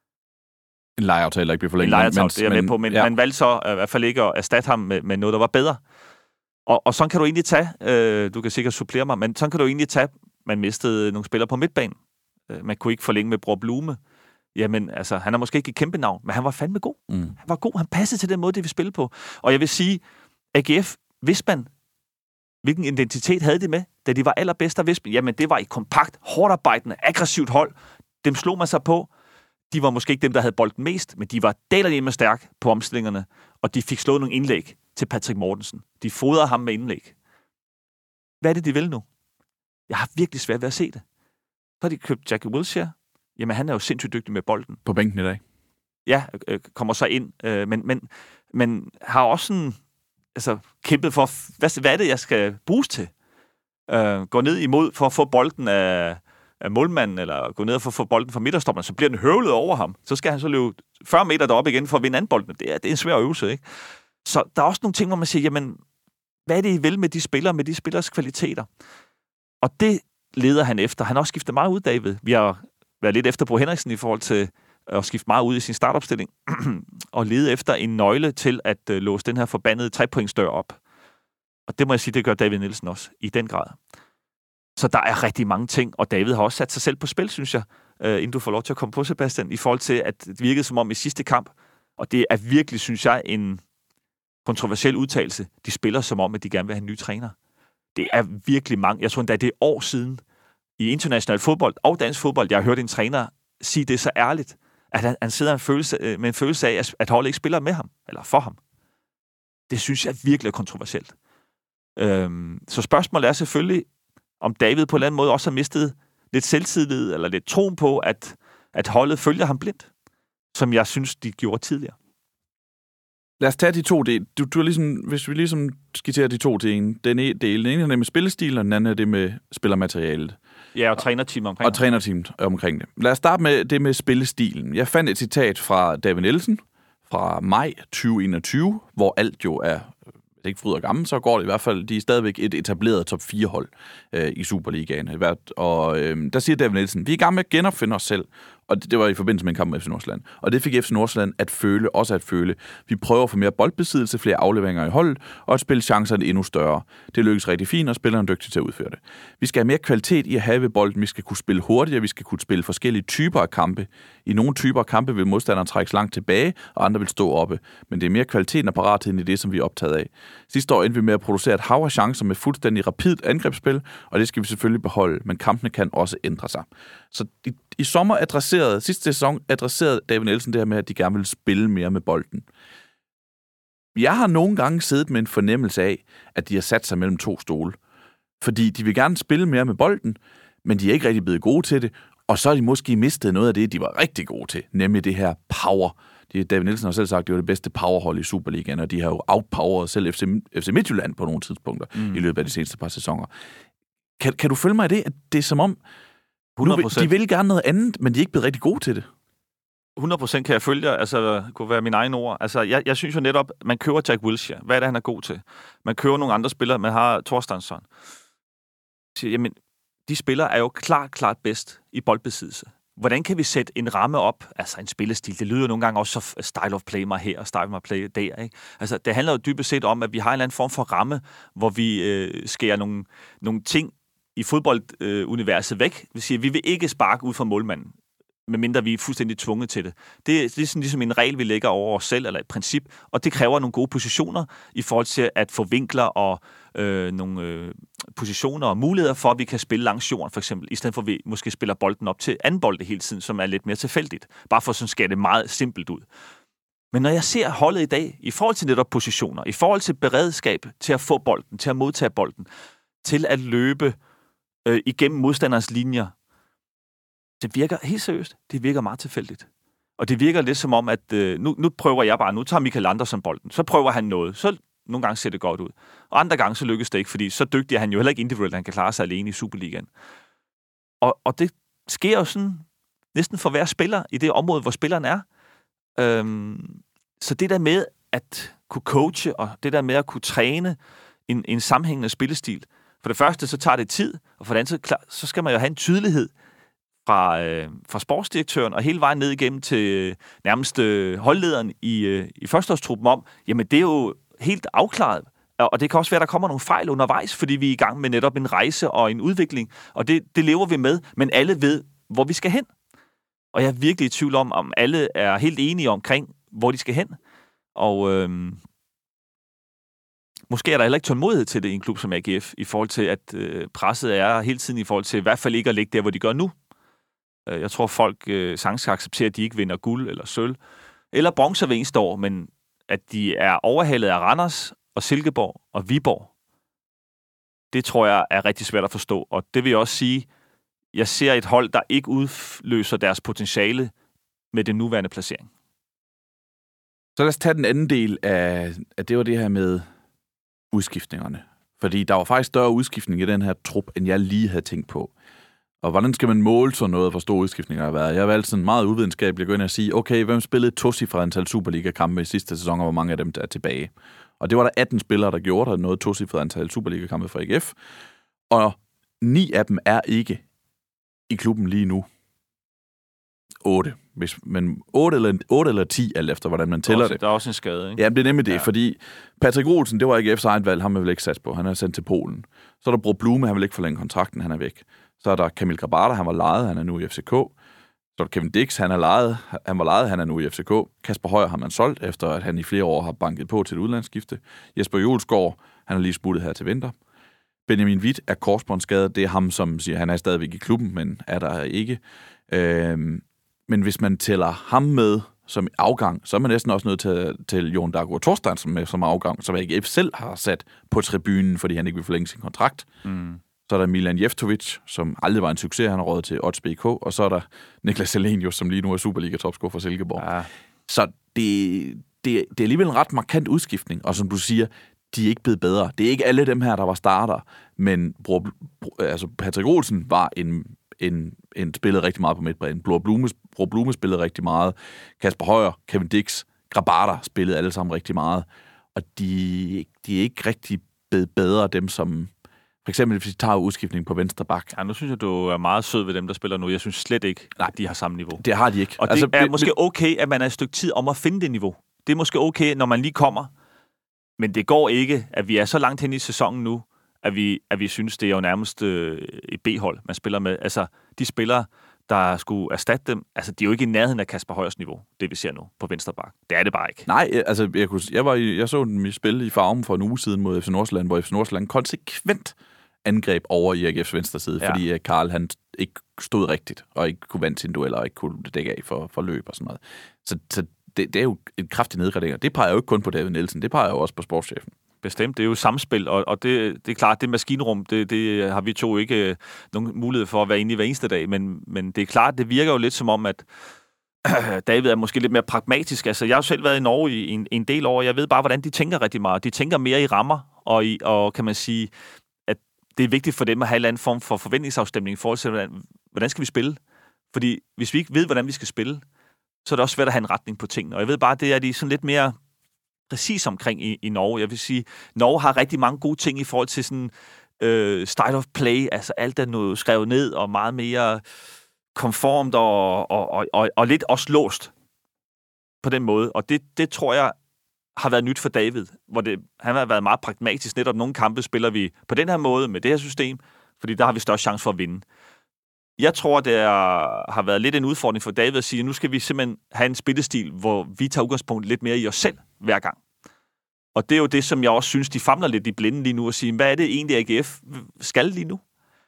En lejeaftale, der ikke blev forlænget. En lejeaftale, det er jeg med på, men ja. Man valgte så i hvert fald ikke at erstatte ham med, med noget, der var bedre. Og, og sådan kan du egentlig tage, øh, du kan sikkert supplere mig, men sådan kan du egentlig tage, man mistede nogle spillere på midtbanen. Man kunne ikke forlænge med Bror Blume. Jamen, altså, han er måske ikke et kæmpe navn, men han var fandme god. Mm. Han var god, han passede til den måde, det vi spille på. Og jeg vil sige, A G F, vidste man, hvilken identitet havde de med, da de var allerbedst, der vidste man, jamen, det var et kompakt, hårdarbejdende, aggressivt hold. Dem slog man sig på. De var måske ikke dem, der havde bolden mest, men de var dalerhjemme stærk på omstillingerne, og de fik slået nogle indlæg til Patrick Mortensen. De fodrede ham med indlæg. Hvad er det, de vil nu? Jeg har virkelig svært ved at se det. Så har de købt Jackie Wilshere. Jamen, han er jo sindssygt dygtig med bolden. På bænken i dag. Ja, øh, kommer så ind, øh, men, men, men har også sådan, altså, kæmpet for, hvad, hvad er det, jeg skal bruges til? Øh, gå ned imod for at få bolden af, af målmanden, eller gå ned for at få bolden fra midterstopperen, så bliver den høvlet over ham. Så skal han så løbe fyrre meter deroppe igen for at vinde anden bolden. Det er, det er en svær øvelse, ikke? Så der er også nogle ting, hvor man siger, jamen, hvad er det, I vil med de spillere, med de spillers kvaliteter? Og det leder han efter. Han har også skiftet meget ud, David. Vi har været lidt efter Bo Henriksen i forhold til at skifte meget ud i sin startopstilling, og lede efter en nøgle til at uh, låse den her forbandede trepointsdør op. Og det må jeg sige, det gør David Nielsen også, i den grad. Så der er rigtig mange ting, og David har også sat sig selv på spil, synes jeg, uh, inden du får lov til at komme på, Sebastian, i forhold til, at det virkede som om i sidste kamp, og det er virkelig, synes jeg, en kontroversiel udtalelse. De spiller som om, at de gerne vil have en ny træner. Det er virkelig mange. Jeg tror endda, det er år siden i international fodbold og dansk fodbold, jeg har hørt en træner sige det så ærligt, at han, han sidder en følelse, med en følelse af, at holdet ikke spiller med ham, eller for ham. Det synes jeg virkelig er kontroversielt. Øhm, så spørgsmålet er selvfølgelig, om David på en eller anden måde også har mistet lidt selvtillid, eller lidt troen på, at, at holdet følger ham blindt, som jeg synes, de gjorde tidligere. Lad os tage de to dele. Du, du er ligesom, hvis vi ligesom skitserer de to til en. Den ene del, den ene er det med spillestil, og den anden er det med spillermaterialet. Ja, og trænerteamet omkring Og det. trænerteamet omkring det. Lad os starte med det med spillestilen. Jeg fandt et citat fra David Nielsen fra maj tyve enogtyve, hvor alt jo er, hvis ikke fryd og gammel, så går det i hvert fald, de er stadigvæk et etableret top fire hold øh, i Superligaen. Og øh, der siger David Nielsen, vi er i gang med at genopfinde os selv. Og det, det var i forbindelse med en kamp med F C Nordsjælland. Og det fik F C Nordsjælland at føle, også at føle. Vi prøver at få mere boldbesiddelse, flere afleveringer i holdet, og at spille chancerne endnu større. Det lykkes rigtig fint, og spilleren er dygtig til at udføre det. Vi skal have mere kvalitet i at have ved bolden. Vi skal kunne spille hurtigere, vi skal kunne spille forskellige typer af kampe. I nogle typer af kampe vil modstanderen trækkes langt tilbage, og andre vil stå oppe. Men det er mere kvaliteten og paratheden i det, som vi er optaget af. Sidste år endte vi med at producere et hav af chancer med fuldstændig rapidt angrebsspil, og det skal vi selvfølgelig beholde, men kampene kan også ændre sig. Så i, i sommer adresserede, sidste sæson adresserede David Nielsen det her med, at de gerne vil spille mere med bolden. Jeg har nogle gange siddet med en fornemmelse af, at de har sat sig mellem to stole. Fordi de vil gerne spille mere med bolden, men de er ikke rigtig blevet gode til det, og så har de måske mistet noget af det, de var rigtig gode til, nemlig det her power. David Nielsen har selv sagt, at det var det bedste powerhold i Superligaen, og de har jo outpoweret selv F C, F C Midtjylland på nogle tidspunkter mm. i løbet af de seneste par sæsoner. Kan, kan du følge mig i det, at det er som om, hundrede procent. De vil gerne noget andet, men de er ikke blevet rigtig gode til det? hundrede procent kan jeg følge dig. Altså, det kunne være mine egne ord. Altså, jeg, jeg synes jo netop, man køber Jack Wilshere. Hvad er det, han er god til? Man køber nogle andre spillere. Man har Torstensson. Jamen, de spillere er jo klart, klart bedst i boldbesiddelse. Hvordan kan vi sætte en ramme op? Altså, en spillestil. Det lyder nogle gange også så style of play mig her og style of play der, ikke? Altså, det handler jo dybest set om, at vi har en eller anden form for ramme, hvor vi øh, skærer nogle, nogle ting i fodbolduniverset øh, væk. Vi siger, vi vil ikke sparke ud fra målmanden, medmindre vi er fuldstændig tvunget til det. Det, det er sådan ligesom en regel, vi lægger over os selv, eller et princip, og det kræver nogle gode positioner i forhold til at få vinkler og øh, nogle øh, positioner og muligheder for, at vi kan spille langs jorden, for eksempel, i stedet for at vi måske spiller bolden op til anden bold hele tiden, som er lidt mere tilfældigt. Bare for sådan skal det meget simpelt ud. Men når jeg ser holdet i dag, i forhold til netop positioner, i forhold til beredskab til at få bolden, til at modtage bolden, til at løbe øh, igennem modstanderens linjer, det virker helt seriøst. Det virker meget tilfældigt. Og det virker lidt som om, at øh, nu, nu prøver jeg bare, nu tager Michael Andersen bolden, så prøver han noget, så nogle gange ser det godt ud. Og andre gange så lykkes det ikke, fordi så dygtig er han jo heller ikke individuelt, han kan klare sig alene i Superligaen. Og, og det sker jo sådan næsten for hver spiller i det område, hvor spilleren er. Øhm, så det der med at kunne coache, og det der med at kunne træne en, en sammenhængende spillestil, for det første, så tager det tid, og for det andet, så, så skal man jo have en tydelighed fra, øh, fra sportsdirektøren, og hele vejen ned igennem til øh, nærmest øh, holdlederen i, øh, i førsteårstruppen om, jamen det er jo helt afklaret, og det kan også være, at der kommer nogle fejl undervejs, fordi vi er i gang med netop en rejse og en udvikling, og det, det lever vi med, men alle ved, hvor vi skal hen. Og jeg er virkelig i tvivl om, om alle er helt enige omkring, hvor de skal hen. Og øhm, måske er der heller ikke tålmodighed til det i en klub som A G F, i forhold til, at øh, presset er hele tiden i forhold til i hvert fald ikke at ligge der, hvor de gør nu. Jeg tror, folk øh, sagtens skal acceptere, at de ikke vinder guld eller sølv, eller bronze hver eneste år, men at de er overhalet af Randers og Silkeborg og Viborg, det tror jeg er rigtig svært at forstå. Og det vil jeg også sige, jeg ser et hold, der ikke udløser deres potentiale med den nuværende placering. Så lad os tage den anden del af, af det var det her med udskiftningerne. Fordi der var faktisk større udskiftning i den her trup, end jeg lige havde tænkt på. Og hvordan skal man måle sådan noget, hvor store udskiftninger har været? Jeg har valgt sådan meget uvidenskabeligt at gå ind og sige, okay, hvem spillede et tocifret antal Superliga-kampe i sidste sæson, og hvor mange af dem der er tilbage? Og det var der atten spillere, der gjorde, der noget tocifret antal Superliga-kampe for A G F. Og ni af dem er ikke i klubben lige nu. otte. Hvis, men otte eller, otte eller ti, alt efter hvordan man tæller også, det. Der er også en skade, ikke? Ja, det er nemlig det, ja. Fordi Patrick Olsen, det var A G F's eget valg, han vil ikke sat på. Han er sendt til Polen. Så er der Bro Blume, han vil ikke forlænge kontrakten, han er væk. Så er der Kamil Grabara, han var lejet, han er nu i F C K. Så er der Kevin Dix, han er lejet, han var lejet, han er nu i F C K. Kasper Højer har man solgt, efter at han i flere år har banket på til et udlandsskifte. Jesper Julesgaard, han er lige smuttet her til vinter. Benjamin Witt er korsbåndsskadet. Det er ham, som siger, han er stadigvæk i klubben, men er der ikke. Øhm, men hvis man tæller ham med som afgang, så er man næsten også nødt til, til Jon Dagur Thorsteinsen med som afgang, som A G F selv har sat på tribunen, fordi han ikke vil forlænge sin kontrakt. Mm. Så er der Milan Jeftovic, som aldrig var en succes, han har råd til Odds B K, og så er der Niklas Selenius, som lige nu er Superliga-topscorer for Silkeborg. Ja. Så det, det, det er alligevel en ret markant udskiftning, og som du siger, de er ikke blevet bedre. Det er ikke alle dem her, der var starter, men Bro, Bro, altså Patrick Olsen var en, en, en spillede rigtig meget på midtbanen. Bro Blume, Bro Blume spillede rigtig meget. Kasper Højer, Kevin Dix, Grabara spillede alle sammen rigtig meget. Og de, de er ikke rigtig blevet bedre, dem som... For eksempel, hvis de tager udskiftning på venstre bak. Ja, nu synes jeg, du er meget sød ved dem, der spiller nu. Jeg synes slet ikke, Nej, at de har samme niveau. Det har de ikke. Og altså, det er måske okay, at man er et stykke tid om at finde det niveau. Det er måske okay, når man lige kommer. Men det går ikke, at vi er så langt hen i sæsonen nu, at vi, at vi synes, det er jo nærmest øh, et B-hold, man spiller med. Altså, de spillere, der skulle erstatte dem, altså, de er jo ikke i nærheden af Kasper Højers niveau, det vi ser nu på venstre bak. Det er det bare ikke. Nej, altså, jeg, kunne, jeg, var i, jeg så dem i spil i Farum for en uge siden mod F C Nordsjælland, hvor F C Nordsjælland konsekvent angreb over i A G F's venstre side, ja. Fordi Karl han ikke stod rigtigt, og ikke kunne vende sine dueller, og ikke kunne dække af for, for løb og sådan noget. Så, så det, det er jo en kraftig nedgradering. Det peger jo ikke kun på David Nielsen, det peger jo også på sportschefen. Bestemt, det er jo samspil, og, og det, det er klart, det maskinrum, det, det har vi to ikke øh, nogen mulighed for at være inde i hver eneste dag, men, men det er klart, det virker jo lidt som om, at øh, David er måske lidt mere pragmatisk. Altså, jeg har jo selv været i Norge i en, en del år, og jeg ved bare, hvordan de tænker rigtig meget. De tænker mere i rammer, og, i, og kan man sige, at det er vigtigt for dem at have en eller anden form for forventningsafstemning i forhold til, hvordan, hvordan skal vi spille? Fordi hvis vi ikke ved, hvordan vi skal spille, så er det også svært at have en retning på tingene. Og jeg ved bare, det er de sådan lidt mere præcis omkring i, i Norge. Jeg vil sige, Norge har rigtig mange gode ting i forhold til sådan øh, style of play, altså alt er noget skrevet ned, og meget mere konformt, og, og, og, og, og lidt også låst på den måde. Og det, det tror jeg har været nyt for David, hvor det, han har været meget pragmatisk. Netop nogle kampe spiller vi på den her måde, med det her system, fordi der har vi størst chance for at vinde. Jeg tror, det er, har været lidt en udfordring for David at sige, at nu skal vi simpelthen have en spillestil, hvor vi tager udgangspunkt lidt mere i os selv hver gang. Og det er jo det, som jeg også synes, de famler lidt i blinde lige nu, og sige, hvad er det egentlig, A G F skal lige nu?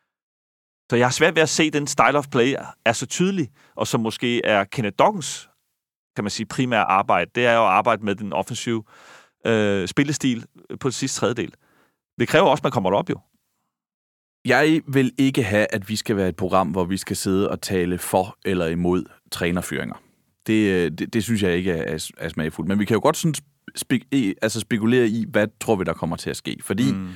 Så jeg har svært ved at se, at den style of play er så tydelig, og som måske er Kenneth Doggens, kan man sige, primære arbejde. Det er jo at arbejde med den offensive øh, spillestil på det sidste tredjedel. Det kræver også, at man kommer derop jo. Jeg vil ikke have, at vi skal være et program, hvor vi skal sidde og tale for eller imod trænerfyringer. Det, det, det synes jeg ikke er, er smagfuldt. Men vi kan jo godt sådan spe, altså spekulere i, hvad tror vi, der kommer til at ske. Fordi mm.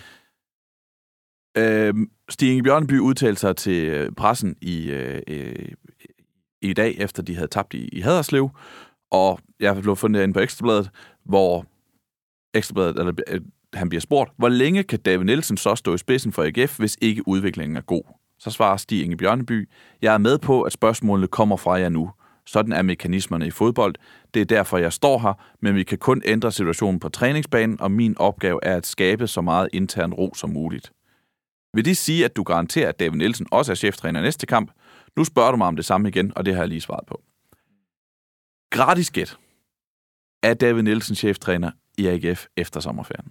øh, Stig Inge Bjørneby udtalte sig til pressen i, øh, i dag, efter de havde tabt i, i Haderslev, og jeg blev fundet inde på Ekstrabladet, hvor Ekstrabladet, eller, øh, han bliver spurgt, hvor længe kan David Nielsen så stå i spidsen for A G F, hvis ikke udviklingen er god? Så svarer Stig Inge Bjørneby, jeg er med på, at spørgsmålene kommer fra jer nu. Sådan er mekanismerne i fodbold. Det er derfor, jeg står her, men vi kan kun ændre situationen på træningsbanen, og min opgave er at skabe så meget intern ro som muligt. Vil det sige, at du garanterer, at David Nielsen også er cheftræner næste kamp? Nu spørger du mig om det samme igen, og det har jeg lige svaret på. Gratis gæt. Er David Nielsen cheftræner i A G F efter sommerferien?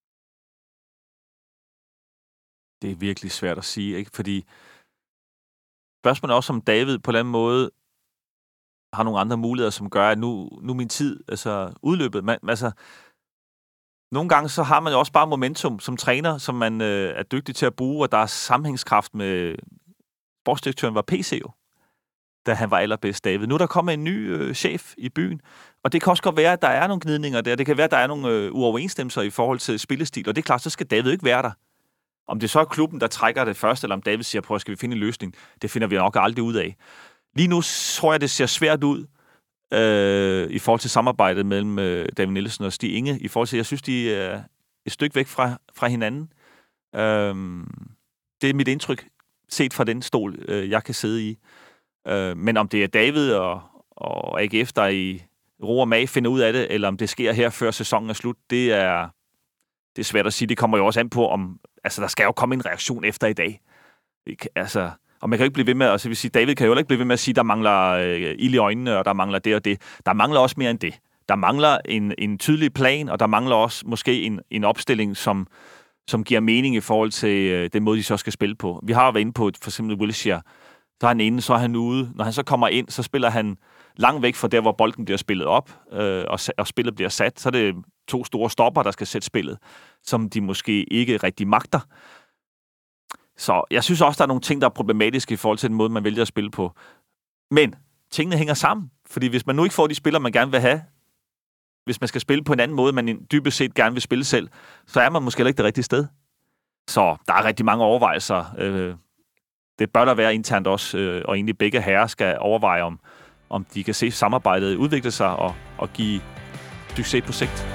Det er virkelig svært at sige, ikke? Fordi spørgsmålet er også, om David på en eller anden måde har nogle andre muligheder, som gør, at nu, nu min tid altså udløbet. Man, altså, nogle gange så har man jo også bare momentum som træner, som man øh, er dygtig til at bruge, og der er sammenhængskraft med sportsdirektøren var P C jo, da han var allerbedst, David. Nu er der kommet en ny øh, chef i byen, og det kan også godt være, at der er nogle gnidninger der. Det kan være, at der er nogle øh, uoverensstemmelser i forhold til spillestil, og det er klart, så skal David ikke være der. Om det så er klubben, der trækker det først, eller om David siger, prøv, skal vi finde en løsning? Det finder vi nok aldrig ud af. Lige nu tror jeg, det ser svært ud øh, i forhold til samarbejdet mellem øh, David Nielsen og Stig Inge. I forhold til, jeg synes, de er et stykke væk fra, fra hinanden. Øh, det er mit indtryk, set fra den stol, øh, jeg kan sidde i. Øh, men om det er David og, og A G F, der i ro og mag finder ud af det, eller om det sker her, før sæsonen er slut, det er, det er svært at sige. Det kommer jo også an på, om altså, der skal jo komme en reaktion efter i dag. Ikke? Altså... Og man kan jo ikke blive ved med, altså vil sige, David kan jo ikke blive ved med at sige, der mangler øh, ild i øjnene, og der mangler det og det. Der mangler også mere end det. Der mangler en, en tydelig plan, og der mangler også måske en, en opstilling, som, som giver mening i forhold til øh, den måde, de så skal spille på. Vi har jo været inde på, for eksempel Wilshere. Så er han inde, så er han ude. Når han så kommer ind, så spiller han langt væk fra der, hvor bolden bliver spillet op, øh, og, og spillet bliver sat. Så er det to store stopper, der skal sætte spillet, som de måske ikke rigtig magter. Så jeg synes også, der er nogle ting, der er problematiske i forhold til den måde, man vælger at spille på. Men tingene hænger sammen, fordi hvis man nu ikke får de spillere, man gerne vil have, hvis man skal spille på en anden måde, man dybest set gerne vil spille selv, så er man måske heller ikke det rigtige sted. Så der er rigtig mange overvejelser. Det bør der være internt også, og egentlig begge herrer skal overveje, om, om de kan se samarbejdet udvikle sig og, og give succes på sigt.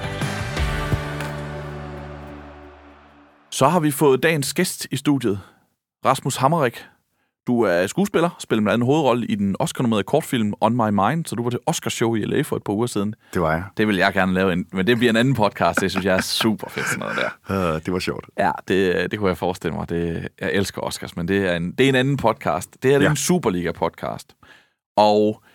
Så har vi fået dagens gæst i studiet, Rasmus Hammerik. Du er skuespiller, spiller blandt andet hovedrolle i den Oscar-nominerede kortfilm On My Mind, så du var til Oscar-show i L A for et par uger siden. Det var jeg. Det vil jeg gerne lave, en, men det bliver en anden podcast, det synes jeg er super fedt sådan noget der. Uh, det var sjovt. Ja, det, det kunne jeg forestille mig. Det, jeg elsker Oscars, men det er en, det er en anden podcast. Det her det er ja. en Superliga-podcast. Og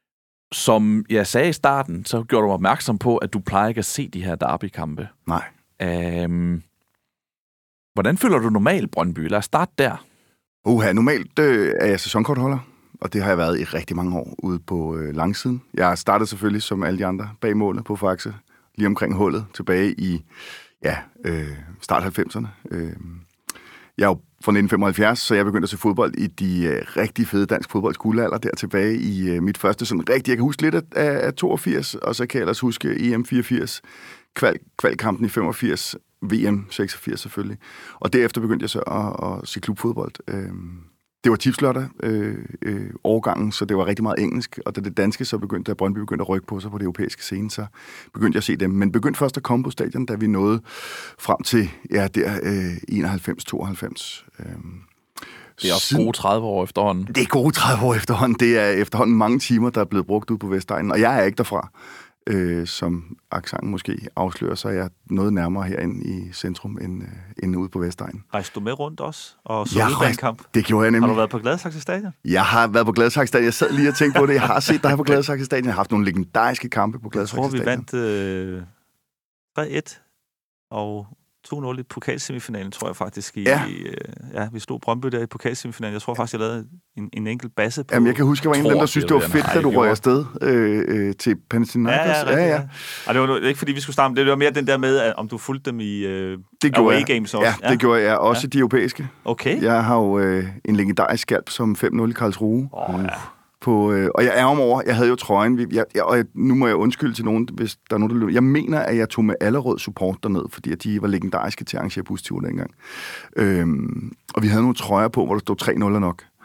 som jeg sagde i starten, så gjorde du mig opmærksom på, at du plejer ikke at se de her derby-kampe. Nej. Um, Hvordan føler du normalt Brøndby? Lad os starte der. Uha, normalt øh, er jeg sæsonkortholder, og det har jeg været i rigtig mange år ude på øh, langsiden. Jeg startede selvfølgelig som alle de andre bag målet på Faxe, lige omkring hullet, tilbage i ja, øh, start halvfemserne. Øh, jeg er jo fra nitten femoghalvfjerds, så jeg begyndte at se fodbold i de øh, rigtig fede dansk fodbolds guldalder, der tilbage i øh, mit første sådan rigtigt. Jeg kan huske lidt af, af toogfirs, og så kan jeg ellers huske E M fireogfirs, kval, kvalkampen i femogfirs, V M seksogfirs selvfølgelig. Og derefter begyndte jeg så at, at se klubfodbold. Det var tipslørdag øh, øh, årgangen, så det var rigtig meget engelsk. Og da det danske så begyndte, da Brøndby begyndte at rykke på sig på det europæiske scene, så begyndte jeg at se dem. Men begyndte først at komme på stadion, da vi nåede frem til ja, der, øh, enoghalvfems tooghalvfems. Øh, det er også gode tredive år efterhånden. Det er gode tredive år efterhånden. Det er efterhånden mange timer, der er blevet brugt ud på Vestegnen. Og jeg er ikke derfra. Øh, som accenten måske afslører, så er jeg noget nærmere herinde i centrum end, øh, end ude på Vestegnen. Rejste du med rundt også? Og så ja, ud en kamp? Det gjorde jeg nemlig. Har du været på Gladsaxe Stadion? Jeg har været på Gladsaxe Stadion. Jeg sad lige og tænkte på det. Jeg har set dig på Gladsaxe Stadion. Jeg har haft nogle legendariske kampe på Gladsaxe Stadion. Jeg tror, vi vandt øh, tre et og to nul i pokalsemifinalen, tror jeg faktisk. I, ja. Øh, ja, vi stod Brøndby der i pokalsemifinalen. Jeg tror faktisk, jeg lavede en, en enkelt basse på... Jamen, jeg kan huske, jeg var en af dem, der synes, det var fedt, da du røg afsted øh, øh, til Panathinaikos. Ja, ja, ja. ja. Og det var ikke, fordi vi skulle starte, det var mere den der med, at, om du fulgte dem i øh, away games også. Ja, det gjorde jeg. Også ja. De europæiske. Okay. Jeg har jo øh, en legendarisk skalp som fem nul i Karlsruhe. Åh, oh, ja. På, øh, og jeg er om over, jeg havde jo trøjen, jeg, jeg, og jeg, nu må jeg undskylde til nogen, hvis der er nogen, der løber. Jeg mener, at jeg tog med Allerød support derned, fordi at de var legendariske til at arrangere busture dengang. Øhm, og vi havde nogle trøjer på, hvor der stod tre nul nok.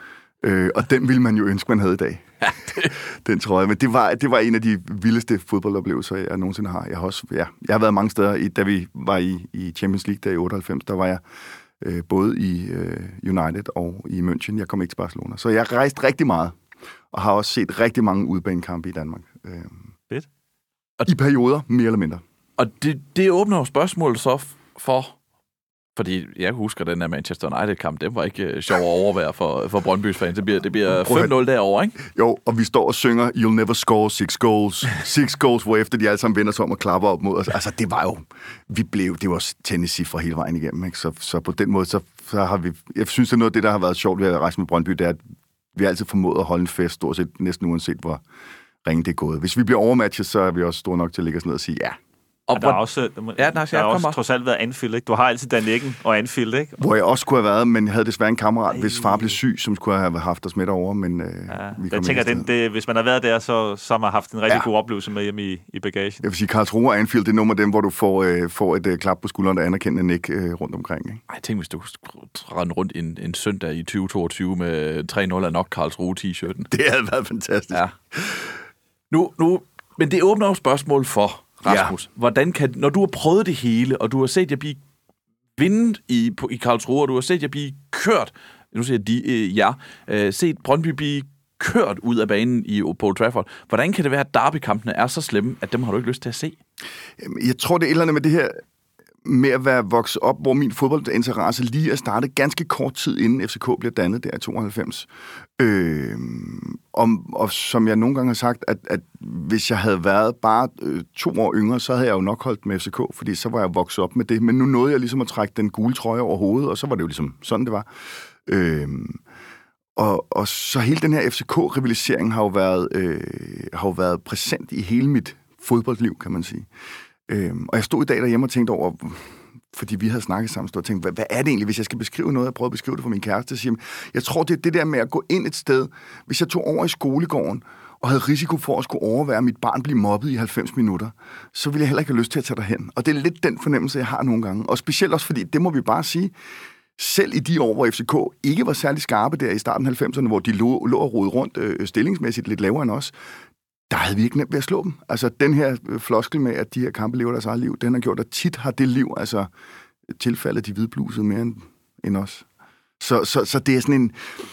Øh, og den ville man jo ønske, man havde i dag. Ja, det... Den tror jeg. Men det var, det var en af de vildeste fodboldoplevelser, jeg nogensinde har. Jeg har også, ja, jeg har været mange steder. I, da vi var i, i Champions League der i otteoghalvfems, der var jeg øh, både i øh, United og i München. Jeg kom ikke til Barcelona. Så jeg rejste rigtig meget, og har også set rigtig mange udbanekampe i Danmark. Øh, Fedt. I perioder, mere eller mindre. Og det, det åbner jo spørgsmålet så for... Fordi jeg husker, den der Manchester United-kamp, den var ikke uh, sjov at overvære for, for Brøndby's fans. Det bliver, det bliver fem nul derovre, ikke? Jo, og vi står og synger, you'll never score six goals. Six goals, hvor efter de alle sammen vender sig om og klapper op mod os. Altså, det var jo... Vi blev... Det var tenniscifre hele vejen igennem, ikke? Så, så på den måde, så, så har vi... Jeg synes, det er noget af det, der har været sjovt ved at rejse med Brøndby, det er, at vi har altid formået at holde en fest, stort set næsten uanset, hvor ringe det er gået. Hvis vi bliver overmatchet, så er vi også store nok til at lægge os ned og sige ja. Og der er også, der, ja, nej, der er også trods alt været Anfield, ikke? Du har altid Dan Eggen og Anfield, ikke? Hvor jeg også kunne have været, men jeg havde desværre en kammerat, Ej. hvis far blev syg, som skulle have haft os med derovre, men øh, ja, vi jeg tænker, den, det, hvis man har været der, så, så har man haft en rigtig ja. god oplevelse med hjemme i, i bagagen. Jeg vil sige, Karlsruhe og Anfield, det er nogle af dem, hvor du får, øh, får et øh, klap på skulderen, der anerkender Nick øh, rundt omkring. Ikke? Ej, tænk, hvis du rende rundt en, en søndag i tyve toogtyve med tre nul af nok Karlsruhe t-shirten. Det havde været fantastisk. Ja. Nu, nu, men det åbner jo spørgsmål for... Rasmus, ja. Hvordan kan, når du har prøvet det hele, og du har set jer blive vinde i, i Karlsruhe, og du har set jer blive kørt, nu siger jeg de, øh, ja, øh, set Brøndby blive kørt ud af banen i Old Trafford, hvordan kan det være, at derbykampene er så slemme, at dem har du ikke lyst til at se? Jeg tror, det er et eller andet med det her, med at være vokset op, hvor min fodboldinteresse lige er startet ganske kort tid inden F C K bliver dannet der i tooghalvfems. Øh, og, og som jeg nogle gange har sagt, at, at hvis jeg havde været bare øh, to år yngre, så havde jeg jo nok holdt med F C K, fordi så var jeg vokset op med det. Men nu nåede jeg ligesom at trække den gule trøje over hovedet, og så var det jo ligesom sådan, det var. Øh, og, og så hele den her F C K-rivalisering har jo været, øh, har jo været præsent i hele mit fodboldliv, kan man sige. Øhm, og jeg stod i dag derhjemme og tænkte over, fordi vi havde snakket sammen, og tænkte, hvad, hvad er det egentlig, hvis jeg skal beskrive noget? Jeg prøvede at beskrive det for min kæreste. Så jeg tror, det er det der med at gå ind et sted. Hvis jeg tog over i skolegården og havde risiko for at skulle overvære, at mit barn blive mobbet i halvfems minutter, så ville jeg heller ikke have lyst til at tage derhen. Og det er lidt den fornemmelse, jeg har nogle gange. Og specielt også fordi, det må vi bare sige, selv i de år, hvor F C K ikke var særlig skarpe der i starten af halvfemserne, hvor de lå, lå og rode rundt øh, stillingsmæssigt lidt lavere end os, der havde vi ikke nemt ved at slå dem. Altså, den her floskel med, at de her kampe lever deres eget liv, den har gjort, at tit har det liv, altså, tilfældet de hvidblusede mere end, end os. Så, så, så det er sådan en...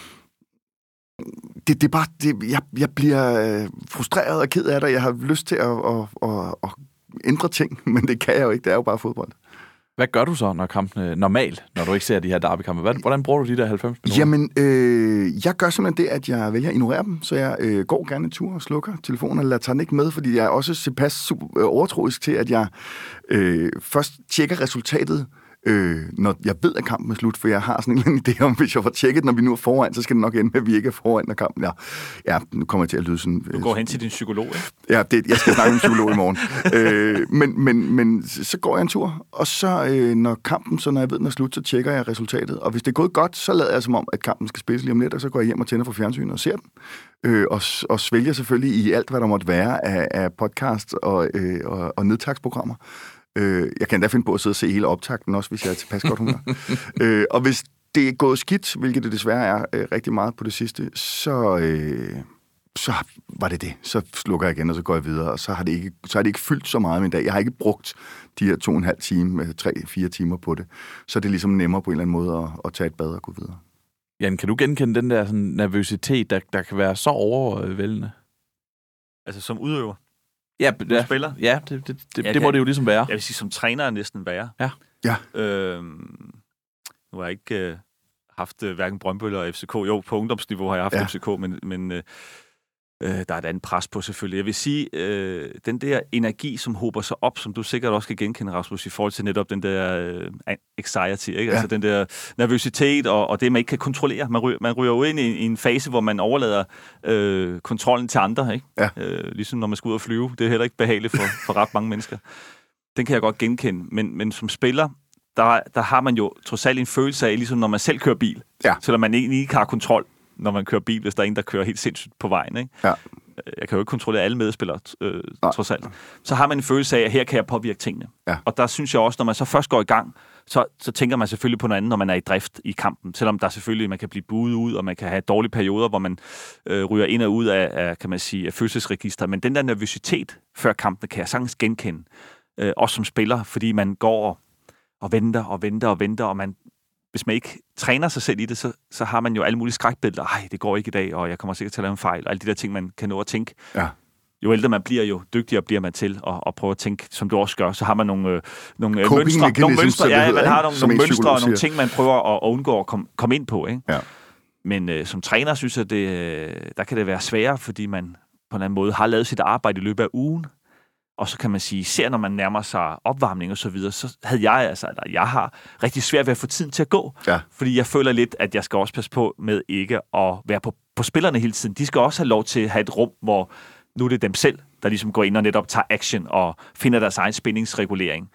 Det, det er bare... Det, jeg, jeg bliver frustreret og ked af det, jeg har lyst til at, at, at, at ændre ting, men det kan jeg jo ikke, det er jo bare fodbold. Hvad gør du så, når kampene normalt, når du ikke ser de her derbykampe? Hvordan bruger du de der halvfems minutter? Jamen, øh, jeg gør simpelthen det, at jeg vælger at ignorere dem, så jeg øh, går gerne en tur og slukker telefonen, eller tager den ikke med, fordi jeg er også tilpas overtroisk til, at jeg øh, først tjekker resultatet, øh, når jeg ved, at kampen er slut, for jeg har sådan en eller anden idé om, hvis jeg får tjekket, når vi nu er foran, så skal det nok ende med, at vi ikke er foran, når kampen er. Ja, nu kommer jeg til at lyde sådan... Du går hen til din psykolog, ikke? Ja, det, jeg skal snakke med en psykolog i morgen. øh, men, men, men så går jeg en tur, og så øh, når kampen, så når jeg ved, den er slut, så tjekker jeg resultatet. Og hvis det er gået godt, så lader jeg som om, at kampen skal spilles lige om lidt, og så går jeg hjem og tænder for fjernsynet og ser den. Øh, og, og svælger selvfølgelig i alt, hvad der måtte være af, af podcast og, øh, og, og nedtagsprogrammer. Øh, jeg kan endda finde på at sidde og se hele optakten også, hvis jeg er tilpas godt humør. øh, og hvis det er gået skidt, hvilket det desværre er øh, rigtig meget på det sidste, så, øh, så var det det. Så slukker jeg igen, og så går jeg videre, og så har det ikke, så har det ikke fyldt så meget min dag. Jeg har ikke brugt de her to og en halv time, tre, fire timer på det. Så er det ligesom nemmere på en eller anden måde at, at tage et bad og gå videre. Jan, kan du genkende den der sådan, nervøsitet, der, der kan være så overvældende? Altså som udøver? Ja, ja, spiller? Ja, det, det, det, ja, det må det jo ligesom være. Jeg vil sige, som træner er næsten værre. Ja. ja. Øhm, nu har jeg ikke øh, haft øh, hverken Brøndby eller F C K. Jo, på ungdomsniveau har jeg haft ja. F C K, men, men øh, øh, der er et andet pres på selvfølgelig. Jeg vil sige, øh, den der energi, som hober sig op, som du sikkert også kan genkende, Rasmus, i forhold til netop den der øh, anxiety, ikke? Ja. Altså den der nervøsitet og, og det, man ikke kan kontrollere. Man ryger, man ryger jo ind i, i en fase, hvor man overlader øh, kontrollen til andre, ikke? Ja. Øh, ligesom når man skal ud og flyve. Det er heller ikke behageligt for, for ret mange mennesker. Den kan jeg godt genkende, men, men som spiller, der, der har man jo trods alt en følelse af, ligesom når man selv kører bil, ja. selvom man egentlig ikke har kontrol, når man kører bil, hvis der er en, der kører helt sindssygt på vejen, ikke? Ja. jeg kan jo ikke kontrollere alle medspillere, øh, trods alt, så har man en følelse af, at her kan jeg påvirke tingene. Ja. Og der synes jeg også, når man så først går i gang, så, så tænker man selvfølgelig på noget andet, når man er i drift i kampen. Selvom der selvfølgelig, man kan blive buet ud, og man kan have dårlige perioder, hvor man øh, ryger ind og ud af, af kan man sige, af følelsesregister. Men den der nervøsitet før kampen, kan jeg sagtens genkende. Øh, også som spiller, fordi man går og, og venter og venter og venter, og man, hvis man ikke træner sig selv i det, så, så har man jo alle mulige skrækbilleder. Ej, det går ikke i dag, og jeg kommer sikkert til at lave en fejl, og alle de der ting, man kan nå at tænke. Ja. Jo ældre man bliver, jo dygtigere bliver man til at, at prøve at tænke, som du også gør. Så har man nogle, øh, nogle Coping mønstre, nogle mønstre, ja, man har nogle, nogle mønstre og nogle ting, man prøver at, at undgå at komme kom ind på. Ikke? Ja. Men øh, som træner synes jeg, det, der kan det være sværere, fordi man på en eller anden måde har lavet sit arbejde i løbet af ugen. Og så kan man sige, især når man nærmer sig opvarmning og så videre, så havde jeg, altså, eller jeg har rigtig svært ved at få tiden til at gå. Ja. Fordi jeg føler lidt, at jeg skal også passe på med ikke at være på, på spillerne hele tiden. De skal også have lov til at have et rum, hvor nu er det dem selv, der ligesom går ind og netop tager action og finder deres egen spændingsregulering.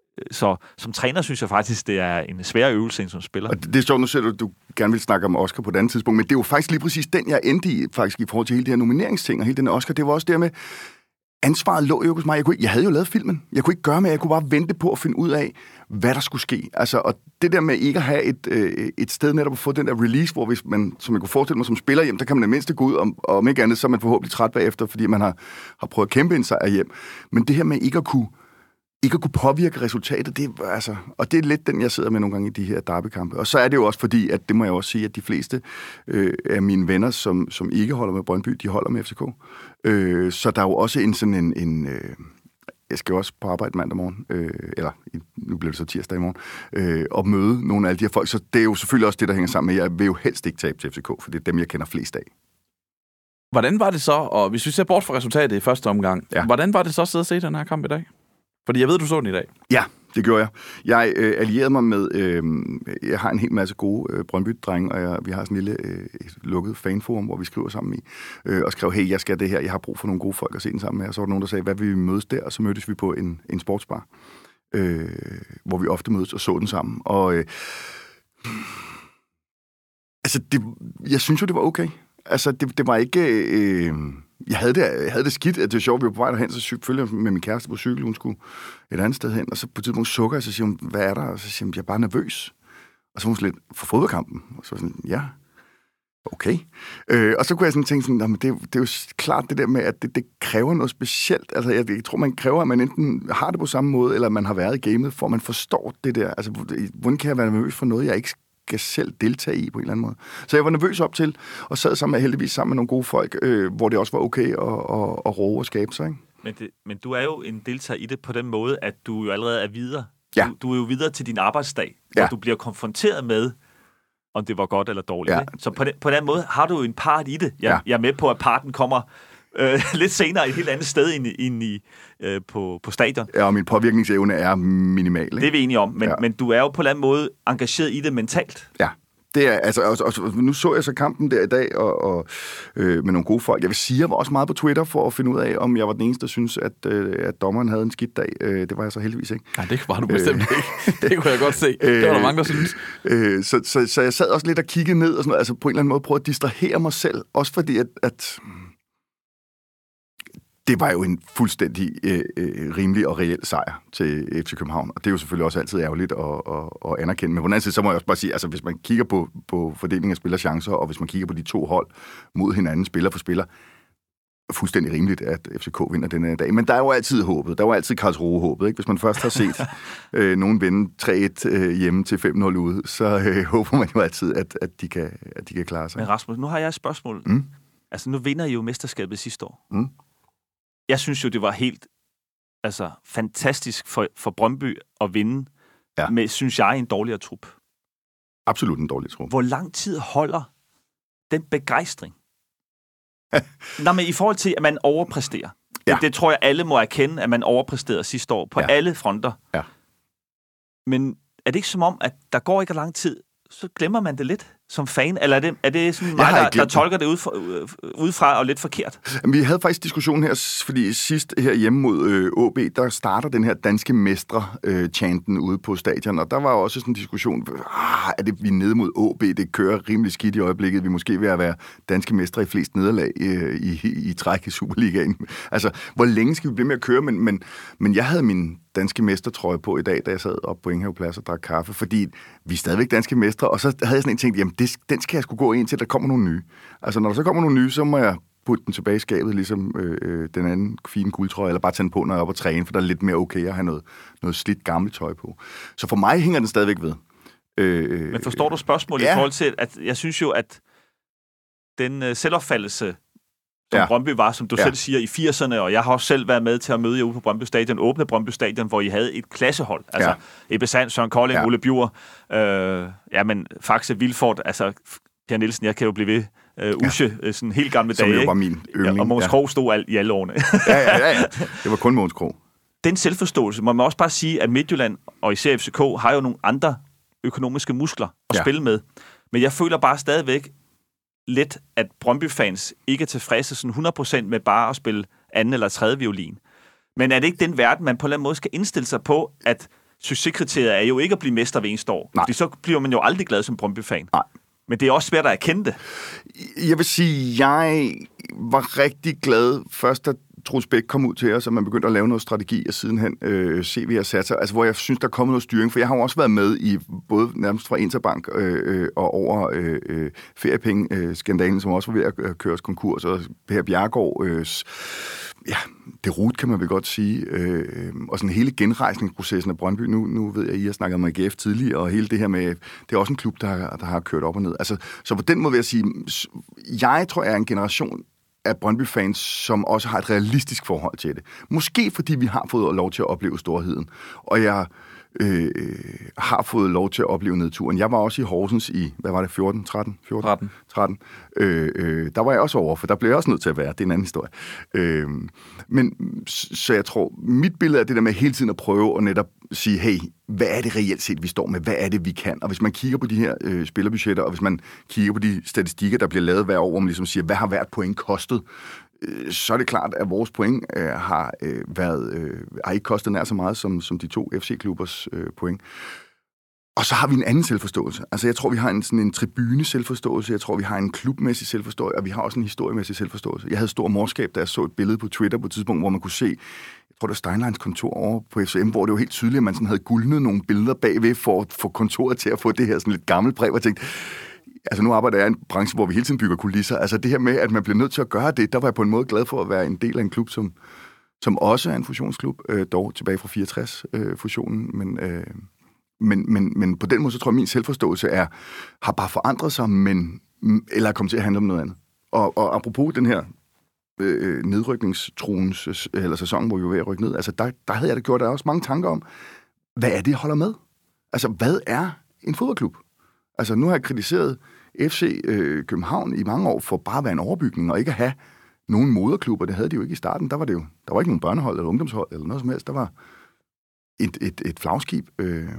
Så som træner synes jeg faktisk, det er en svær øvelse end som spiller. Og det er sjovt, nu ser du, du gerne vil snakke om Oscar på et andet tidspunkt, men det er jo faktisk lige præcis den, jeg endte i, faktisk i forhold til hele det her nomineringsting og hele den her Oscar. Det var også det med, ansvaret lå jo hos mig. Jeg, kunne, jeg havde jo lavet filmen. Jeg kunne ikke gøre mere. Jeg kunne bare vente på at finde ud af, hvad der skulle ske. Altså, og det der med ikke at have et, øh, et sted netop at få den der release, hvor hvis man, som jeg kunne forestille mig som spiller hjem, der kan man det mindste gå ud, og, og om ikke andet, så er man forhåbentlig træt bagefter, fordi man har, har prøvet at kæmpe en sejr hjem. Men det her med ikke at kunne, ikke at kunne påvirke resultatet, det er, altså, og det er lidt den, jeg sidder med nogle gange i de her derbykampe. Og så er det jo også fordi, at det må jeg også sige, at de fleste øh, af mine venner, som, som ikke holder med Brøndby, de holder med F C K. Øh, så der er jo også en sådan en... en øh, jeg skal jo også på arbejde mandag morgen, øh, eller nu bliver det så tirsdag i morgen, øh, og møde nogle af alle de her folk. Så det er jo selvfølgelig også det, der hænger sammen med. Jeg vil jo helst ikke tabe til F C K, for det er dem, jeg kender flest af. Hvordan var det så, og hvis vi ser bort fra resultatet i første omgang, ja. hvordan var det så at sidde og se den her kamp i dag? Fordi jeg ved, du så den i dag. Ja, det gjorde jeg. Jeg øh, allierede mig med... Øh, jeg har en hel masse gode øh, Brøndby-drenge, og jeg, vi har sådan en lille øh, lukket fanforum, hvor vi skriver sammen i, øh, og skrev, hey, jeg skal det her, jeg har brug for nogle gode folk at se den sammen med. Og så var der nogen, der sagde, hvad vil vi mødes der? Og så mødtes vi på en, en sportsbar, øh, hvor vi ofte mødes og så den sammen. Og øh, altså, det, jeg synes jo, det var okay. Altså, det, det var ikke... Øh, jeg, havde det, jeg havde det skidt, at det var sjovt, vi var på vej derhen, så følger jeg med min kæreste på cykel, hun skulle et andet sted hen, og så på et tidspunkt sukker jeg, så siger hun, hvad er der? Og så siger hun, jeg er bare nervøs. Og så var hun sådan lidt, for fodboldkampen. Og så var sådan, ja, okay. Øh, og så kunne jeg sådan tænke sådan, det, det er jo klart det der med, at det, det kræver noget specielt. Altså, jeg, jeg tror, man kræver, at man enten har det på samme måde, eller man har været i gamet, for man forstår det der. Altså, hvordan kan jeg være nervøs for noget, jeg ikke skal selv deltage i på en eller anden måde. Så jeg var nervøs op til, og sad sammen med, heldigvis sammen med nogle gode folk, øh, hvor det også var okay at, at, at roe og skabe sig. Ikke? Men, det, men du er jo en deltager i det på den måde, at du jo allerede er videre. Ja. Du, du er jo videre til din arbejdsdag, hvor ja. du bliver konfronteret med, om det var godt eller dårligt. Ja. Ikke? Så på den, på den måde har du jo en part i det. Jeg, ja. jeg er med på, at parten kommer øh, lidt senere et helt andet sted ind, ind i, øh, på, på stadion. Ja, og min påvirkningsevne er minimal. Ikke? Det er vi enige om, men, ja. men du er jo på en eller anden måde engageret i det mentalt. Ja. Det er, altså, og, og, nu så jeg så kampen der i dag og, og, øh, med nogle gode folk. Jeg vil sige, jeg var også meget på Twitter for at finde ud af, om jeg var den eneste, der synes, at, øh, at dommeren havde en skidt dag. Øh, det var jeg så heldigvis ikke. Nej, det var du bestemt øh, ikke. Det kunne jeg godt se. Det var der mange, der synes. Øh, så, så, så jeg sad også lidt og kiggede ned og sådan noget, altså på en eller anden måde prøvede at distrahere mig selv. Også fordi, at, at det var jo en fuldstændig øh, øh, rimelig og reel sejr til F C København, og det er jo selvfølgelig også altid ærgerligt at, at, at anerkende. Men på den anden side, så må jeg også bare sige, altså hvis man kigger på, på fordelingen af spillerchancer, og hvis man kigger på de to hold mod hinanden, spiller for spiller, fuldstændig rimeligt, at F C K vinder denne dag. Men der er jo altid håbet. Der er jo altid Karlsruhe-håbet, ikke? Hvis man først har set øh, nogen vinde tre et øh, hjemme til fem nul ude, så øh, håber man jo altid, at, at, de kan, at de kan klare sig. Men Rasmus, nu har jeg et spørgsmål. Mm? Altså, nu vinder I jo mesterskabet sidste år. Mm? Jeg synes jo, det var helt altså, fantastisk for, for Brøndby at vinde ja. med, synes jeg, en dårligere trup. Absolut en dårlig trup. Hvor lang tid holder den begejstring? Nå, men i forhold til, at man overpræsterer. Ja. Det, det tror jeg, alle må erkende, at man overpræsterede sidste år på ja. alle fronter. Ja. Men er det ikke som om, at der går ikke lang tid, så glemmer man det lidt? som fan? Eller er det, er det sådan mig, der, der tolker det udfra, udefra og lidt forkert? Vi havde faktisk diskussion her, fordi sidst her hjemme mod øh, O B, der starter den her danske mestre-chanten øh, ude på stadion, og der var også sådan en diskussion, ah, er det vi er nede mod O B, det kører rimelig skidt i øjeblikket, vi måske ved at være danske mestre i flest nederlag øh, i, i, i træk i Superligaen. Altså, hvor længe skal vi blive med at køre? Men, men, men jeg havde min danske mestertrøje på i dag, da jeg sad op på Enghaveplads og drak kaffe, fordi vi er stadigvæk danske mestre, og så havde jeg sådan en tænkt, jamen det, den skal jeg sgu gå ind til, der kommer nogle nye. Altså når der så kommer nogle nye, så må jeg putte den tilbage i skabet, ligesom øh, den anden fine guldtrøje, eller bare tage den på, når jeg er oppe og træne, for der er lidt mere okay at have noget, noget slidt gammelt tøj på. Så for mig hænger den stadigvæk ved. Øh, Men forstår du spørgsmålet ja. i forhold til, at jeg synes jo, at den øh, selvopfattelse, som ja. Brøndby var, som du ja. selv siger, i firserne, og jeg har også selv været med til at møde jer ude på Brøndby Stadion, åbne Brøndby Stadion, hvor I havde et klassehold. Altså, ja. Ebbe Sand, Søren Kolding, ja. Ole Bjur, øh, ja, men Faxe, Vilfort, altså, Per Nielsen, jeg kan jo blive ved, øh, Usche, ja. sådan helt gamle som dage. Som jo var min yndling. Ja, og Mogens ja. Krog stod al, i alle årene. ja, ja, ja, ja. Det var kun Mogens Krog. Den selvforståelse, må man også bare sige, at Midtjylland, og især F C K, har jo nogle andre økonomiske muskler at ja. spille med. Men jeg føler bare stadigvæk, lidt, at Brøndby-fans ikke er tilfredse sådan hundrede procent med bare at spille anden eller tredje violin. Men er det ikke den verden, man på en eller anden måde skal indstille sig på, at succeskriteriet er jo ikke at blive mester ved eneste år? Nej. Fordi så bliver man jo aldrig glad som Brøndby-fan. Nej. Men det er også svært at erkende det. Jeg vil sige, jeg var rigtig glad først, da Troels Bæk kom ud til os, og man begyndte at lave noget strategi, og sidenhen øh, C V og Satser, altså hvor jeg synes, der er kommet noget styring, for jeg har jo også været med i både nærmest fra Interbank øh, øh, og over øh, øh, feriepenge-skandalen, øh, som også var ved at køre os konkurs, og Per Bjerregaard, øh, ja, det rute kan man vel godt sige, øh, og sådan hele genrejsningsprocessen af Brøndby, nu, nu ved jeg, at I har snakket om A G F tidligere, og hele det her med, det er også en klub, der, der har kørt op og ned. Altså, så på den måde vil jeg sige, jeg tror, jeg er en generation af Brøndby-fans, som også har et realistisk forhold til det. Måske fordi vi har fået lov til at opleve storheden, og jeg øh, har fået lov til at opleve nedturen. Jeg var også i Horsens i, hvad var det, fjorten, tretten? tretten. tretten. Øh, øh, der var jeg også over, for der blev jeg også nødt til at være. Det er en anden historie. Øh, men så jeg tror, mit billede er det der med hele tiden at prøve at netop sige, hey, hvad er det reelt set, vi står med? Hvad er det, vi kan? Og hvis man kigger på de her øh, spillerbudgetter, og hvis man kigger på de statistikker, der bliver lavet hver år, hvor man ligesom siger, hvad har hvert point kostet? Øh, så er det klart, at vores point øh, har øh, været øh, har ikke kostet nær så meget som, som de to F C-klubbers øh, point. Og så har vi en anden selvforståelse. Altså, jeg tror, vi har en, sådan en tribune-selvforståelse, jeg tror, vi har en klubmæssig selvforståelse, og vi har også en historiemæssig selvforståelse. Jeg havde stor morskab, da jeg så et billede på Twitter på et tidspunkt, hvor man kunne se, jeg tror, det var Steinleins kontor over på F C M, hvor det var helt tydeligt, at man sådan havde guldnet nogle billeder bagved for at få kontoret til at få det her sådan lidt gammelt præg, og tænkte, altså nu arbejder jeg i en branche, hvor vi hele tiden bygger kulisser. Altså det her med, at man bliver nødt til at gøre det, der var jeg på en måde glad for at være en del af en klub, som, som også er en fusionsklub, øh, dog tilbage fra fireogtres-fusionen, øh, men... Øh, Men, men, men på den måde, så tror jeg, at min selvforståelse er, har bare forandret sig, men, eller er kommet til at handle om noget andet. Og, og apropos den her øh, nedrykningstruens, eller sæson, hvor vi var ved at rykke ned, altså der, der havde jeg da gjort der også mange tanker om, hvad er det, jeg holder med? Altså, hvad er en fodboldklub? Altså, nu har jeg kritiseret F C øh, København i mange år for bare at være en overbygning, og ikke at have nogen moderklubber. Det havde de jo ikke i starten. Der var det jo, der var ikke nogen børnehold eller ungdomshold eller noget som helst. Der var et, et, et flagskib. Øh,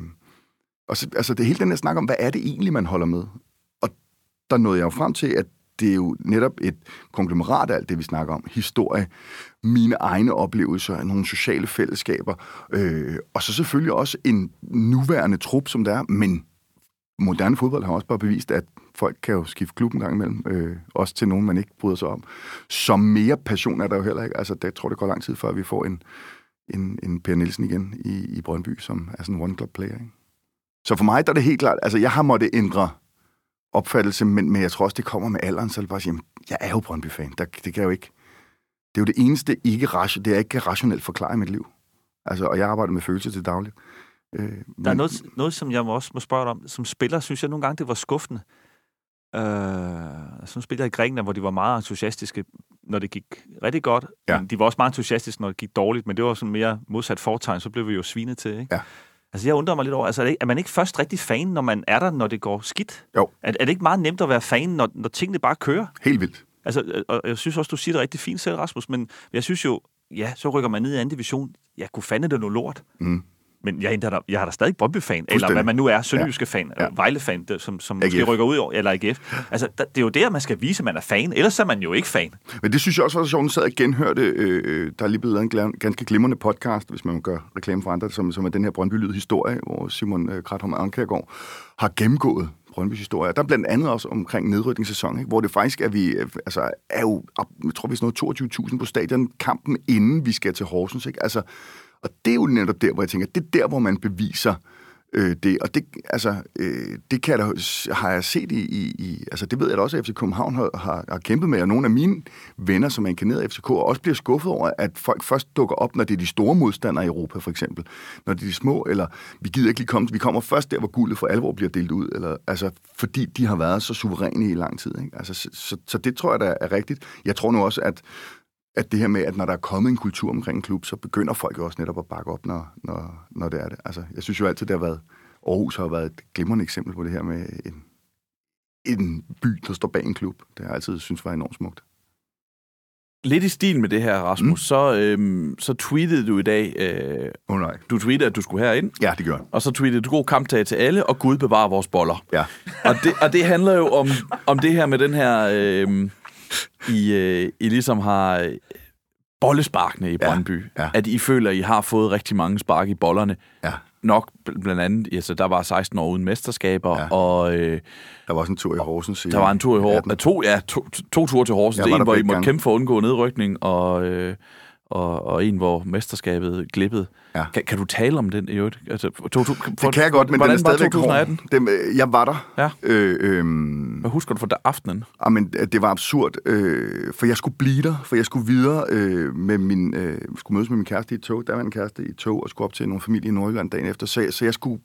Og så, altså det hele den her snak om, hvad er det egentlig, man holder med? Og der nåede jeg jo frem til, at det er jo netop et konglomerat af alt det, vi snakker om. Historie, mine egne oplevelser, nogle sociale fællesskaber, øh, og så selvfølgelig også en nuværende trup, som der er, men moderne fodbold har også bare bevist, at folk kan jo skifte klubben en gang imellem, øh, også til nogen, man ikke bryder sig om. Så mere passion er der jo heller ikke. Altså, det tror det går lang tid, før vi får en, en, en Per Nielsen igen i, i Brøndby, som er sådan en one-club-player, ikke? Så for mig der er det helt klart, altså jeg har måttet ændre opfattelse, men, men jeg tror også, det kommer med alderen, så er det bare at sige, jamen, jeg er jo Brøndby-fan, der, det kan jo ikke, det er jo det eneste, ikke ration, det er ikke rationelt forklare i mit liv. Altså, og jeg arbejder med følelser til dagligt. Øh, der men, er noget, noget, som jeg også må spørge dig om, som spiller, synes jeg nogle gange, det var skuffende. Øh, som spiller i Grækenland, hvor de var meget entusiastiske, når det gik rigtig godt. Ja. Men de var også meget entusiastiske, når det gik dårligt, men det var sådan mere modsat fortegn, så blev vi jo svinet til, ikke? Ja. Altså, jeg undrer mig lidt over, altså, er, det, er man ikke først rigtig fan, når man er der, når det går skidt? Jo. Er, er det ikke meget nemt at være fan, når, når tingene bare kører? Helt vildt. Altså, og jeg synes også, du siger det rigtig fint selv, Rasmus, men jeg synes jo, ja, så rykker man ned i anden division. Ja, kunne fandme det noget lort. Mm. Men jeg, er der, jeg er da stadig Brøndby-fan, eller hvad man nu er, Sønderjyske-fan, ja. Ja. Vejle-fan, som, som måske rykker ud over, eller A G F. Altså, det er jo der, man skal vise, at man er fan, ellers er man jo ikke fan. Men det synes jeg også var så sjovt, at sad og genhørte, øh, der er lige blevet lavet en ganske glimrende podcast, hvis man gør reklame for andre, som, som er den her Brøndby-lyd-historie, hvor Simon øh, Kratholm Ankergaard har gennemgået Brøndbys historie. Der er blandt andet også omkring nedrykningssæson, ikke? Hvor det faktisk er, vi altså, er jo, jeg tror, vi er sådan noget toogtyve tusind på stadion kampen, inden vi skal til Horsens. Ikke? Altså, og det er jo netop der, hvor jeg tænker, det er der, hvor man beviser øh, det. Og det, altså, øh, det kan jeg da, har jeg set i, i, i, altså det ved jeg da også, at F C København har, har, har kæmpet med, og nogle af mine venner, som er inkarneret af F C K, også bliver skuffet over, at folk først dukker op, når det er de store modstandere i Europa, for eksempel. Når det er de små, eller vi gider ikke lige komme, vi kommer først der, hvor guldet for alvor bliver delt ud, eller, altså, fordi de har været så suveræne i lang tid. Ikke? Altså, så, så, så det tror jeg, der er rigtigt. Jeg tror nu også, at at det her med, at når der er kommet en kultur omkring en klub, så begynder folk jo også netop at bakke op, når, når, når det er det. Altså, jeg synes jo altid, det har været, Aarhus har været et glimrende eksempel på det her med en, en by, der står bag en klub. Det har jeg altid synes var enormt smukt. Lidt i stil med det her, Rasmus, mm. så, øhm, så tweetede du i dag, øh, oh, nej. du tweetede, at du skulle herind. Ja, det gør jeg. Og så tweetede du god kampdag til alle, og Gud bevarer vores boller. Ja. og, det, og det handler jo om, om det her med den her... Øh, I, øh, I ligesom har bollesparkene i Brøndby, ja, ja. At I føler, at I har fået rigtig mange spark i bollerne. Ja. Nok blandt andet, altså der var seksten år uden mesterskaber, ja. og... Øh, der var også en tur i Horsens. Der var en tur i Horsens. To, ja, to, to ture til Horsens. En, hvor I måtte kæmpe for at undgå nedrykning, og... Øh, Og, og en, hvor mesterskabet glippede. Ja. Kan, kan du tale om den i øvrigt? Altså, to, to, for, det kan jeg godt, men den er stadigvæk to tusind atten? Den, jeg var der. Ja. Øh, øh, Hvad husker du for der aftenen? Jamen, det var absurd, øh, for jeg skulle blive der, for jeg skulle videre øh, med min, øh, skulle mødes med min kæreste i et tog, der var en kæreste i et tog, og skulle op til nogle familie i Nordjylland dagen efter, så, så jeg skulle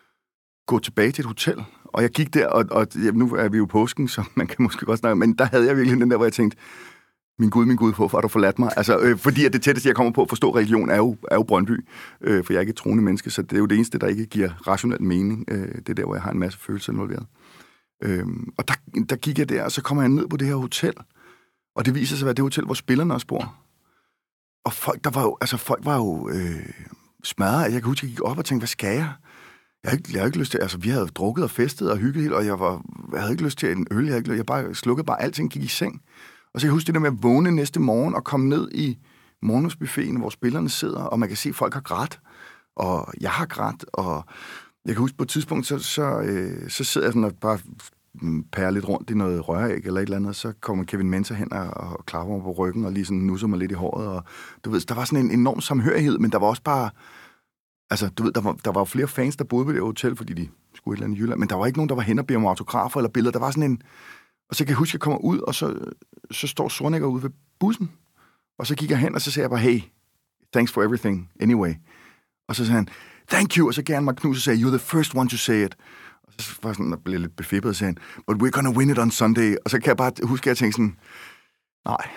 gå tilbage til et hotel, og jeg gik der, og, og ja, nu er vi jo påsken, så man kan måske godt snakke, men der havde jeg virkelig den der, hvor jeg tænkte, min Gud, min Gud, hvorfor har du forladt mig? Altså, øh, fordi at det tætteste, jeg kommer på at forstå religion, er jo, er jo Brøndby. Øh, for jeg er ikke et troende menneske, så det er jo det eneste, der ikke giver rationel mening. Øh, det er der, hvor jeg har en masse følelser involveret. Øh, og der, der gik jeg der, og så kommer jeg ned på det her hotel. Og det viser sig at være det hotel, hvor spillerne også bor. Og folk, der var jo, altså, folk var jo øh, smadret. Jeg kan huske, at jeg gik op og tænkte, hvad skal jeg? Jeg havde ikke, jeg havde ikke lyst til, altså vi havde drukket og festet og hygget helt, og jeg, var, jeg havde ikke lyst til en øl. Jeg, havde ikke, jeg bare slukkede bare alting, gik i seng. Og så kan jeg huske det der med at vågne næste morgen og komme ned i morgenmadsbuffeten, hvor spillerne sidder, og man kan se, at folk har grædt, og jeg har grædt, og jeg kan huske på et tidspunkt, så, så, øh, så sidder jeg sådan og bare pærer lidt rundt i noget røræg eller et eller andet, og så kommer Kevin Mensah hen og, og klapper mig på ryggen og lige sådan nusser mig lidt i håret, og du ved, der var sådan en enorm samhørighed, men der var også bare, altså du ved, der var, der var jo flere fans, der boede på det hotel, fordi de skulle et eller andet i Jylland, men der var ikke nogen, der var hen og beder om autografer eller billeder, der var sådan en. Og så kan jeg huske, at jeg kommer ud, og så, så står Sorniger ude ved bussen. Og så gik jeg hen, og så sagde jeg bare, hey, thanks for everything, anyway. Og så sagde han, thank you, og så gav han mig knus og sagde, you're the first one to say it. Og så var sådan, og blev lidt befippet og sagde han, but we're gonna win it on Sunday. Og så kan jeg bare huske, at jeg tænkte sådan, nej.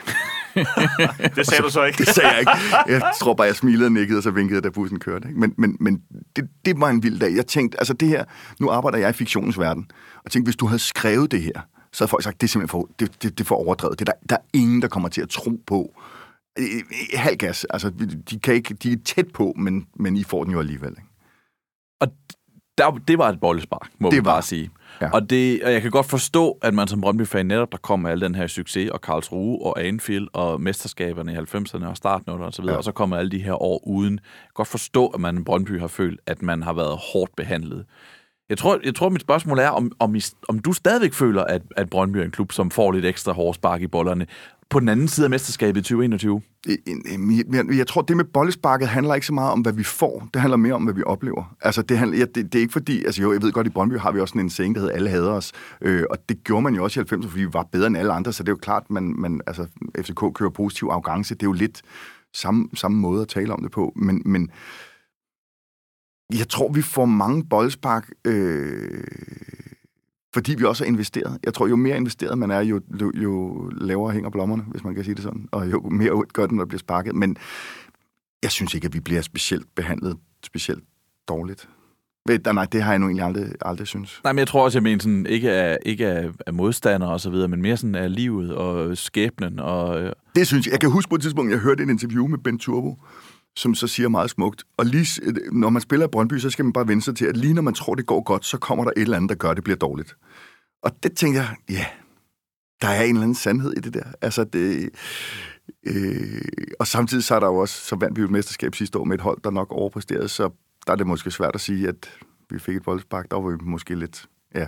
Det sagde så, du så ikke. Det sagde jeg ikke. Jeg tror bare, jeg smilede og nikkede, og så vinkede, da bussen kørte. Ikke? Men, men, men det, det var en vild dag. Jeg tænkte, altså det her, nu arbejder jeg i fiktionens verden, og tænkte, hvis du havde skrevet det her, så havde folk sagt, det er simpelthen for, det, det, det er for overdrevet. Det er der, der er ingen, der kommer til at tro på. Halv gas. Altså, de, kan ikke, de er tæt på, men, men I får den jo alligevel. Ikke? Og der, det var et bollespark, må man bare sige. Ja. Og, det, og jeg kan godt forstå, at man som Brøndby-fan netop, der kom med al den her succes, og Karlsruhe og Anfield, og mesterskaberne i halvfemserne og startnuller og så videre, ja. Og så kommer alle de her år uden. Jeg kan godt forstå, at man i Brøndby har følt, at man har været hårdt behandlet. Jeg tror, jeg tror mit spørgsmål er, om, om, I, om du stadigvæk føler, at, at Brøndby er en klub, som får lidt ekstra hårde spark i bollerne på den anden side af mesterskabet i tyve enogtyve? Jeg tror, det med bollesparket handler ikke så meget om, hvad vi får. Det handler mere om, hvad vi oplever. Altså, det, handler, ja, det, det er ikke fordi... Altså, jo, jeg ved godt, i Brøndby har vi også sådan en saying, der hedder, alle hader os. Øh, og det gjorde man jo også i halvfemserne, fordi vi var bedre end alle andre. Så det er jo klart, man, man altså, F C K kører positiv arrogance. Det er jo lidt samme, samme måde at tale om det på. Men... men jeg tror, vi får mange bollespark, øh, fordi vi også har investeret. Jeg tror, jo mere investeret man er, jo, jo, jo lavere hænger blommerne, hvis man kan sige det sådan. Og jo mere gør den, der bliver sparket. Men jeg synes ikke, at vi bliver specielt behandlet specielt dårligt. Nej, det har jeg nu egentlig aldrig, aldrig synes. Nej, men jeg tror også, jeg mener sådan, ikke af, ikke af, af modstandere og så videre, men mere sådan af livet og skæbnen. Og, det synes jeg. Jeg kan huske på et tidspunkt, jeg hørte et interview med Ben Turbo, som så siger meget smukt. Og lige, når man spiller i Brøndby, så skal man bare vende sig til, at lige når man tror, det går godt, så kommer der et eller andet, der gør, at det bliver dårligt. Og det tænker jeg, ja, der er en eller anden sandhed i det der. Altså, det... Øh, og samtidig så er der jo også, så vandt vi jo et mesterskab sidste år med et hold, der nok overpræsterede, så der er det måske svært at sige, at vi fik et boldspark. Der var vi måske lidt, ja...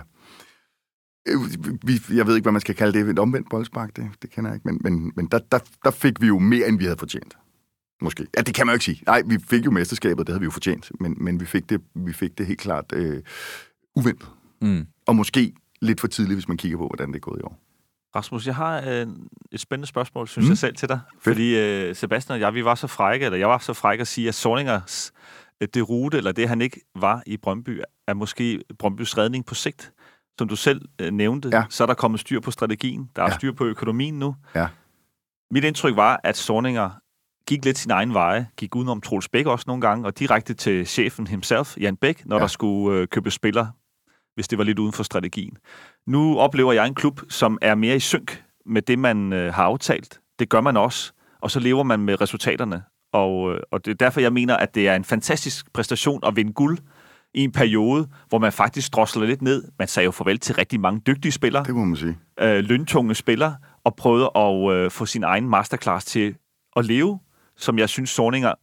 Vi, jeg ved ikke, hvad man skal kalde det, et omvendt boldspark, det, det kender jeg ikke, men, men, men der, der, der fik vi jo mere, end vi havde fortjent. Måske. Ja, det kan man jo ikke sige. Nej, vi fik jo mesterskabet, det havde vi jo fortjent, men, men vi, fik det, vi fik det helt klart øh, uventet. Mm. Og måske lidt for tidligt, hvis man kigger på, hvordan det er gået i år. Rasmus, jeg har øh, et spændende spørgsmål, synes mm. jeg selv til dig. Fedt. Fordi øh, Sebastian og jeg, vi var så frække, eller jeg var så fræk at sige, at Zorningers det rute, eller det han ikke var i Brøndby, er måske Brøndbys redning på sigt. Som du selv øh, nævnte, ja. Så er der kommet styr på strategien. Der er ja. styr på økonomien nu. Ja. Mit indtryk var, at Zorniger gik lidt sin egen veje, gik udenom Troels Bæk også nogle gange, og direkte til chefen himself, Jan Bæk, når ja. der skulle øh, købe spiller, hvis det var lidt uden for strategien. Nu oplever jeg en klub, som er mere i synk med det, man øh, har aftalt. Det gør man også, og så lever man med resultaterne. Og, øh, og det er derfor, jeg mener, at det er en fantastisk præstation at vinde guld i en periode, hvor man faktisk drosler lidt ned. Man sagde jo farvel til rigtig mange dygtige spillere. Det må man sige. Øh, løntunge spillere, og prøvede at øh, få sin egen masterclass til at leve, som jeg synes, Zorniger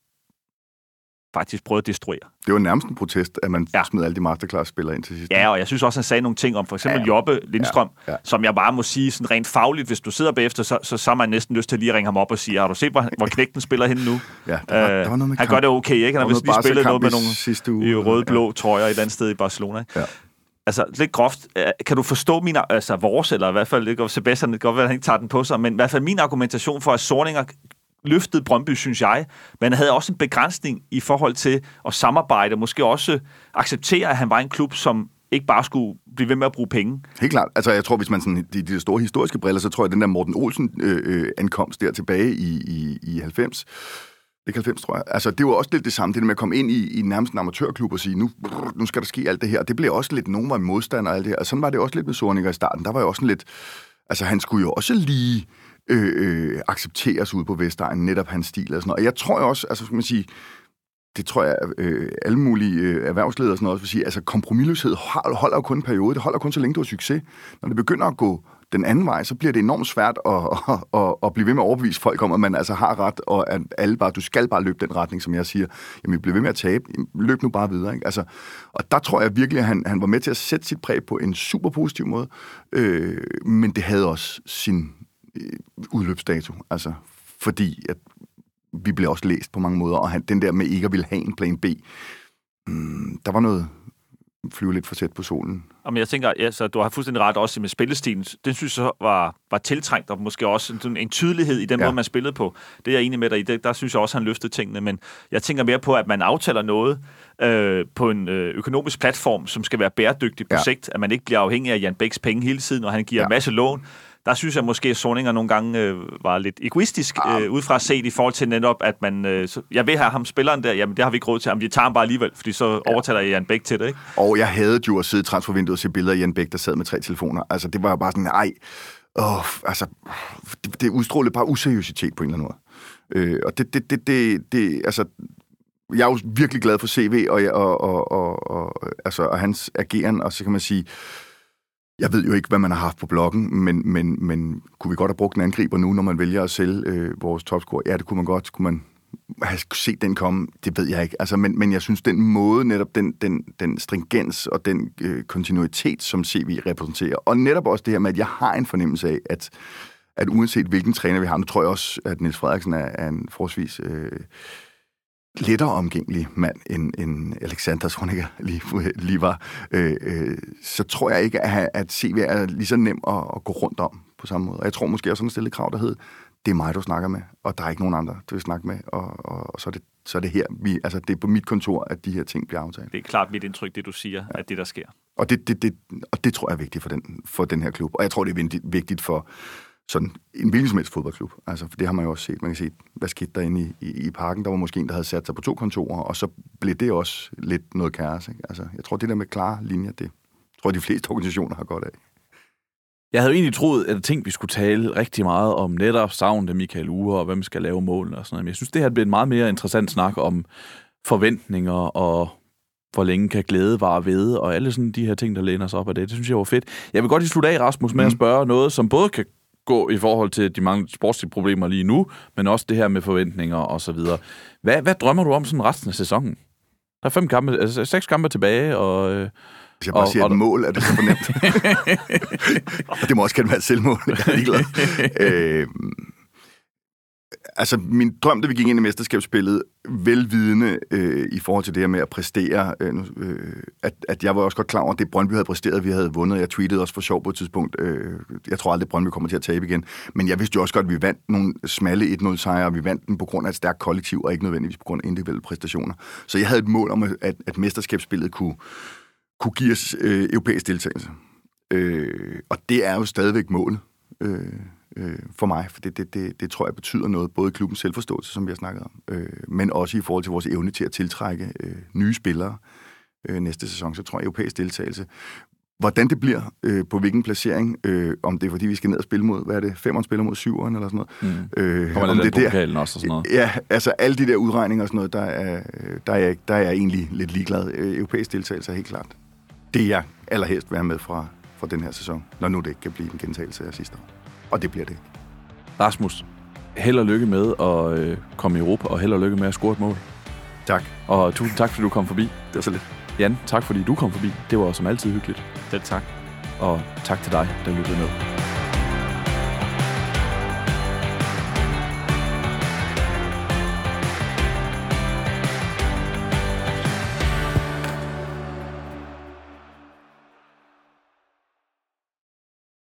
faktisk prøvede at destruere. Det var nærmest en protest, at man ja. smed alle de masterclass-spillere ind til sidst. Ja, og jeg synes også, han sagde nogle ting om for eksempel ja. Jobbe Lindstrøm, ja. Ja. som jeg bare må sige sådan rent fagligt, hvis du sidder bagefter, så, så, så har man næsten lyst til at lige ringe ham op og sige, har du set, hvor, hvor knægten spiller henne nu? Ja, der var, der var noget med han kamp. Gør det okay, ikke? Han har vist lige spillet noget med nogle i røde-blå ja. trøjer et eller andet sted i Barcelona. Ikke? Ja. Altså, lidt groft. Kan du forstå min, altså vores, eller i hvert fald, ikke, Sebastian, det kan godt være, at han ikke tager den på sig, men i hvert fald min argumentation for, at Zorniger løftede Brøndby, synes jeg, men han havde også en begrænsning i forhold til at samarbejde, måske også acceptere, at han var en klub, som ikke bare skulle blive ved med at bruge penge. Helt klart. Altså, jeg tror, hvis man sådan, de, de store historiske briller, så tror jeg, at den der Morten Olsen øh, ankomst der tilbage i, i, i halvfems, ikke halvfems, tror jeg. Altså, det var også lidt det samme, det med at komme ind i, i nærmest en amatørklub og sige, nu, brrr, nu skal der ske alt det her. Det blev også lidt, nogen var modstander og alt det her. Og sådan var det også lidt med Zorniger i starten. Der var jo også lidt, altså, han skulle jo også lige Øh, øh, accepteres ude på Vestegnen, netop hans stil og sådan noget. Og jeg tror også, altså skal man sige, det tror jeg, øh, alle mulige øh, erhvervsledere og sådan noget også vil sige, altså kompromisløshed holder jo kun en periode, det holder kun så længe du har succes. Når det begynder at gå den anden vej, så bliver det enormt svært at, at, at, at blive ved med at overbevise folk om, at man altså har ret, og at alle bare, du skal bare løbe den retning, som jeg siger. Jamen, vi bliver ved med at tabe. Løb nu bare videre. Ikke? Altså, og der tror jeg virkelig, at han, han var med til at sætte sit præg på en super positiv måde, øh, men det havde også sin udløbsdato, altså fordi at vi blev også læst på mange måder, og han, den der med ikke at ville have en plan B, mm, der var noget flyve lidt for tæt på solen. Jamen, jeg tænker, ja, så du har fuldstændig ret også med spillestilen. Den synes jeg var, var tiltrængt, og måske også en, en tydelighed i den ja. måde, man spillede på. Det er jeg enig med dig i. Det, der synes jeg også, han løftede tingene, men jeg tænker mere på, at man aftaler noget øh, på en øh, økonomisk platform, som skal være bæredygtig på ja. sigt, at man ikke bliver afhængig af Jan Bæks penge hele tiden, og han giver ja. en masse lån. Der synes jeg måske, at Zorniger nogle gange øh, var lidt egoistisk øh, udefra set i forhold til netop, at man... Øh, så, jeg vil have ham spilleren der, jamen det har vi ikke råd til, jamen vi tager ham bare alligevel, fordi så ja. overtaler jeg Jan Bæk til det, ikke? Og jeg havde jo at sidde i transfervinduet og se billeder af Jan Bæk, der sad med tre telefoner. Altså det var jo bare sådan, ej, åh, altså, det, det udstrålede bare useriøsitet på en eller anden måde. Øh, og det, det, det, det, det, altså... Jeg er jo virkelig glad for C V og, og, og, og, og, altså, og hans ageren, og så kan man sige... Jeg ved jo ikke, hvad man har haft på bloggen, men, men, men kunne vi godt have brugt en angriber nu, når man vælger at sælge øh, vores topscorer? Ja, det kunne man godt. Kunne man have set den komme? Det ved jeg ikke. Altså, men, men jeg synes, den måde, netop den, den, den stringens og den øh, kontinuitet, som C V repræsenterer, og netop også det her med, at jeg har en fornemmelse af, at, at uanset hvilken træner vi har, nu tror jeg også, at Niels Frederiksen er, er en forholdsvis... Øh, lettere omgængelig mand, end, end Alexander Zorniger lige, lige var, øh, øh, så tror jeg ikke, at, at C V er lige så nem at, at gå rundt om på samme måde. Og jeg tror måske også sådan et stille krav, der hed, det er mig, du snakker med, og der er ikke nogen andre, du vil snakke med, og, og, og så, er det, så er det her, vi, altså det er på mit kontor, at de her ting bliver aftalt. Det er klart mit indtryk, det du siger, ja. at det der sker. Og det, det, det, og det tror jeg er vigtigt for den, for den her klub, og jeg tror, det er vigtigt for sådan en hvilken som helst fodboldklub. Altså, for det har man jo også set. Man kan se, hvad skete der inde i, i, i parken. Der var måske en, der havde sat sig på to kontorer, og så blev det også lidt noget kaos. Ikke? Altså, jeg tror, det der med klare linjer, det tror jeg, de fleste organisationer har godt af. Jeg havde jo egentlig troet, at jeg tænkte, vi skulle tale rigtig meget om netop savnet af Michael Uhre, og hvem skal lave målene og sådan noget. Men jeg synes, det her bliver en meget mere interessant snak om forventninger, og hvor længe kan glæde vare ved, og alle sådan de her ting, der læner sig op af det. Det synes jeg var fedt. Jeg vil godt lige slutte af, Rasmus, med mm. at spørge noget, som både kan gå i forhold til de mange sportslige problemer lige nu, men også det her med forventninger og så videre. Hvad, hvad drømmer du om sådan resten af sæsonen? Der er fem kampe, altså seks kampe tilbage, og... Øh, Hvis jeg bare og, siger og, et mål, er det så fornemt. Og det må også gerne være et selvmål. Jeg er ligeglad. øh, altså, min drøm, da vi gik ind i mesterskabsspillet, velvidende øh, i forhold til det her med at præstere, øh, øh, at, at jeg var også godt klar over, at det Brøndby havde præsteret, vi havde vundet. Jeg tweetede også for sjov på et tidspunkt. Øh, jeg tror aldrig, at Brøndby kommer til at tabe igen. Men jeg vidste jo også godt, at vi vandt nogle smalle et nul-sejre, og vi vandt den på grund af et stærkt kollektiv, og ikke nødvendigvis på grund af individuelle præstationer. Så jeg havde et mål om, at, at mesterskabsspillet kunne kunne give os øh, europæisk deltagelse. Øh, og det er jo stadigvæk målet øh, øh, for mig, for det, det, det, det tror jeg betyder noget, både i klubbens selvforståelse, som vi har snakket om, øh, men også i forhold til vores evne til at tiltrække øh, nye spillere øh, næste sæson, så tror jeg europæisk deltagelse. Hvordan det bliver, øh, på hvilken placering, øh, om det er fordi, vi skal ned og spille mod, hvad er det, femeren spiller mod syveren eller sådan noget. Mm. Øh, om det der pokalen også og sådan noget. Ja, altså alle de der udregninger og sådan noget, der er, der er, jeg, der er jeg egentlig lidt ligeglad. Øh, europæisk deltagelse er helt klart det, jeg allerhelst vil have med fra, fra den her sæson, når nu det ikke kan blive en gentagelse af sidste år. Og det bliver det. Rasmus, held og lykke med at øh, komme i Europa, og held og lykke med at score et mål. Tak. Og tusind tak, fordi du kom forbi. Det var så lidt. Jan, tak fordi du kom forbi. Det var som altid hyggeligt. Selv tak. Og tak til dig, der lyttede med.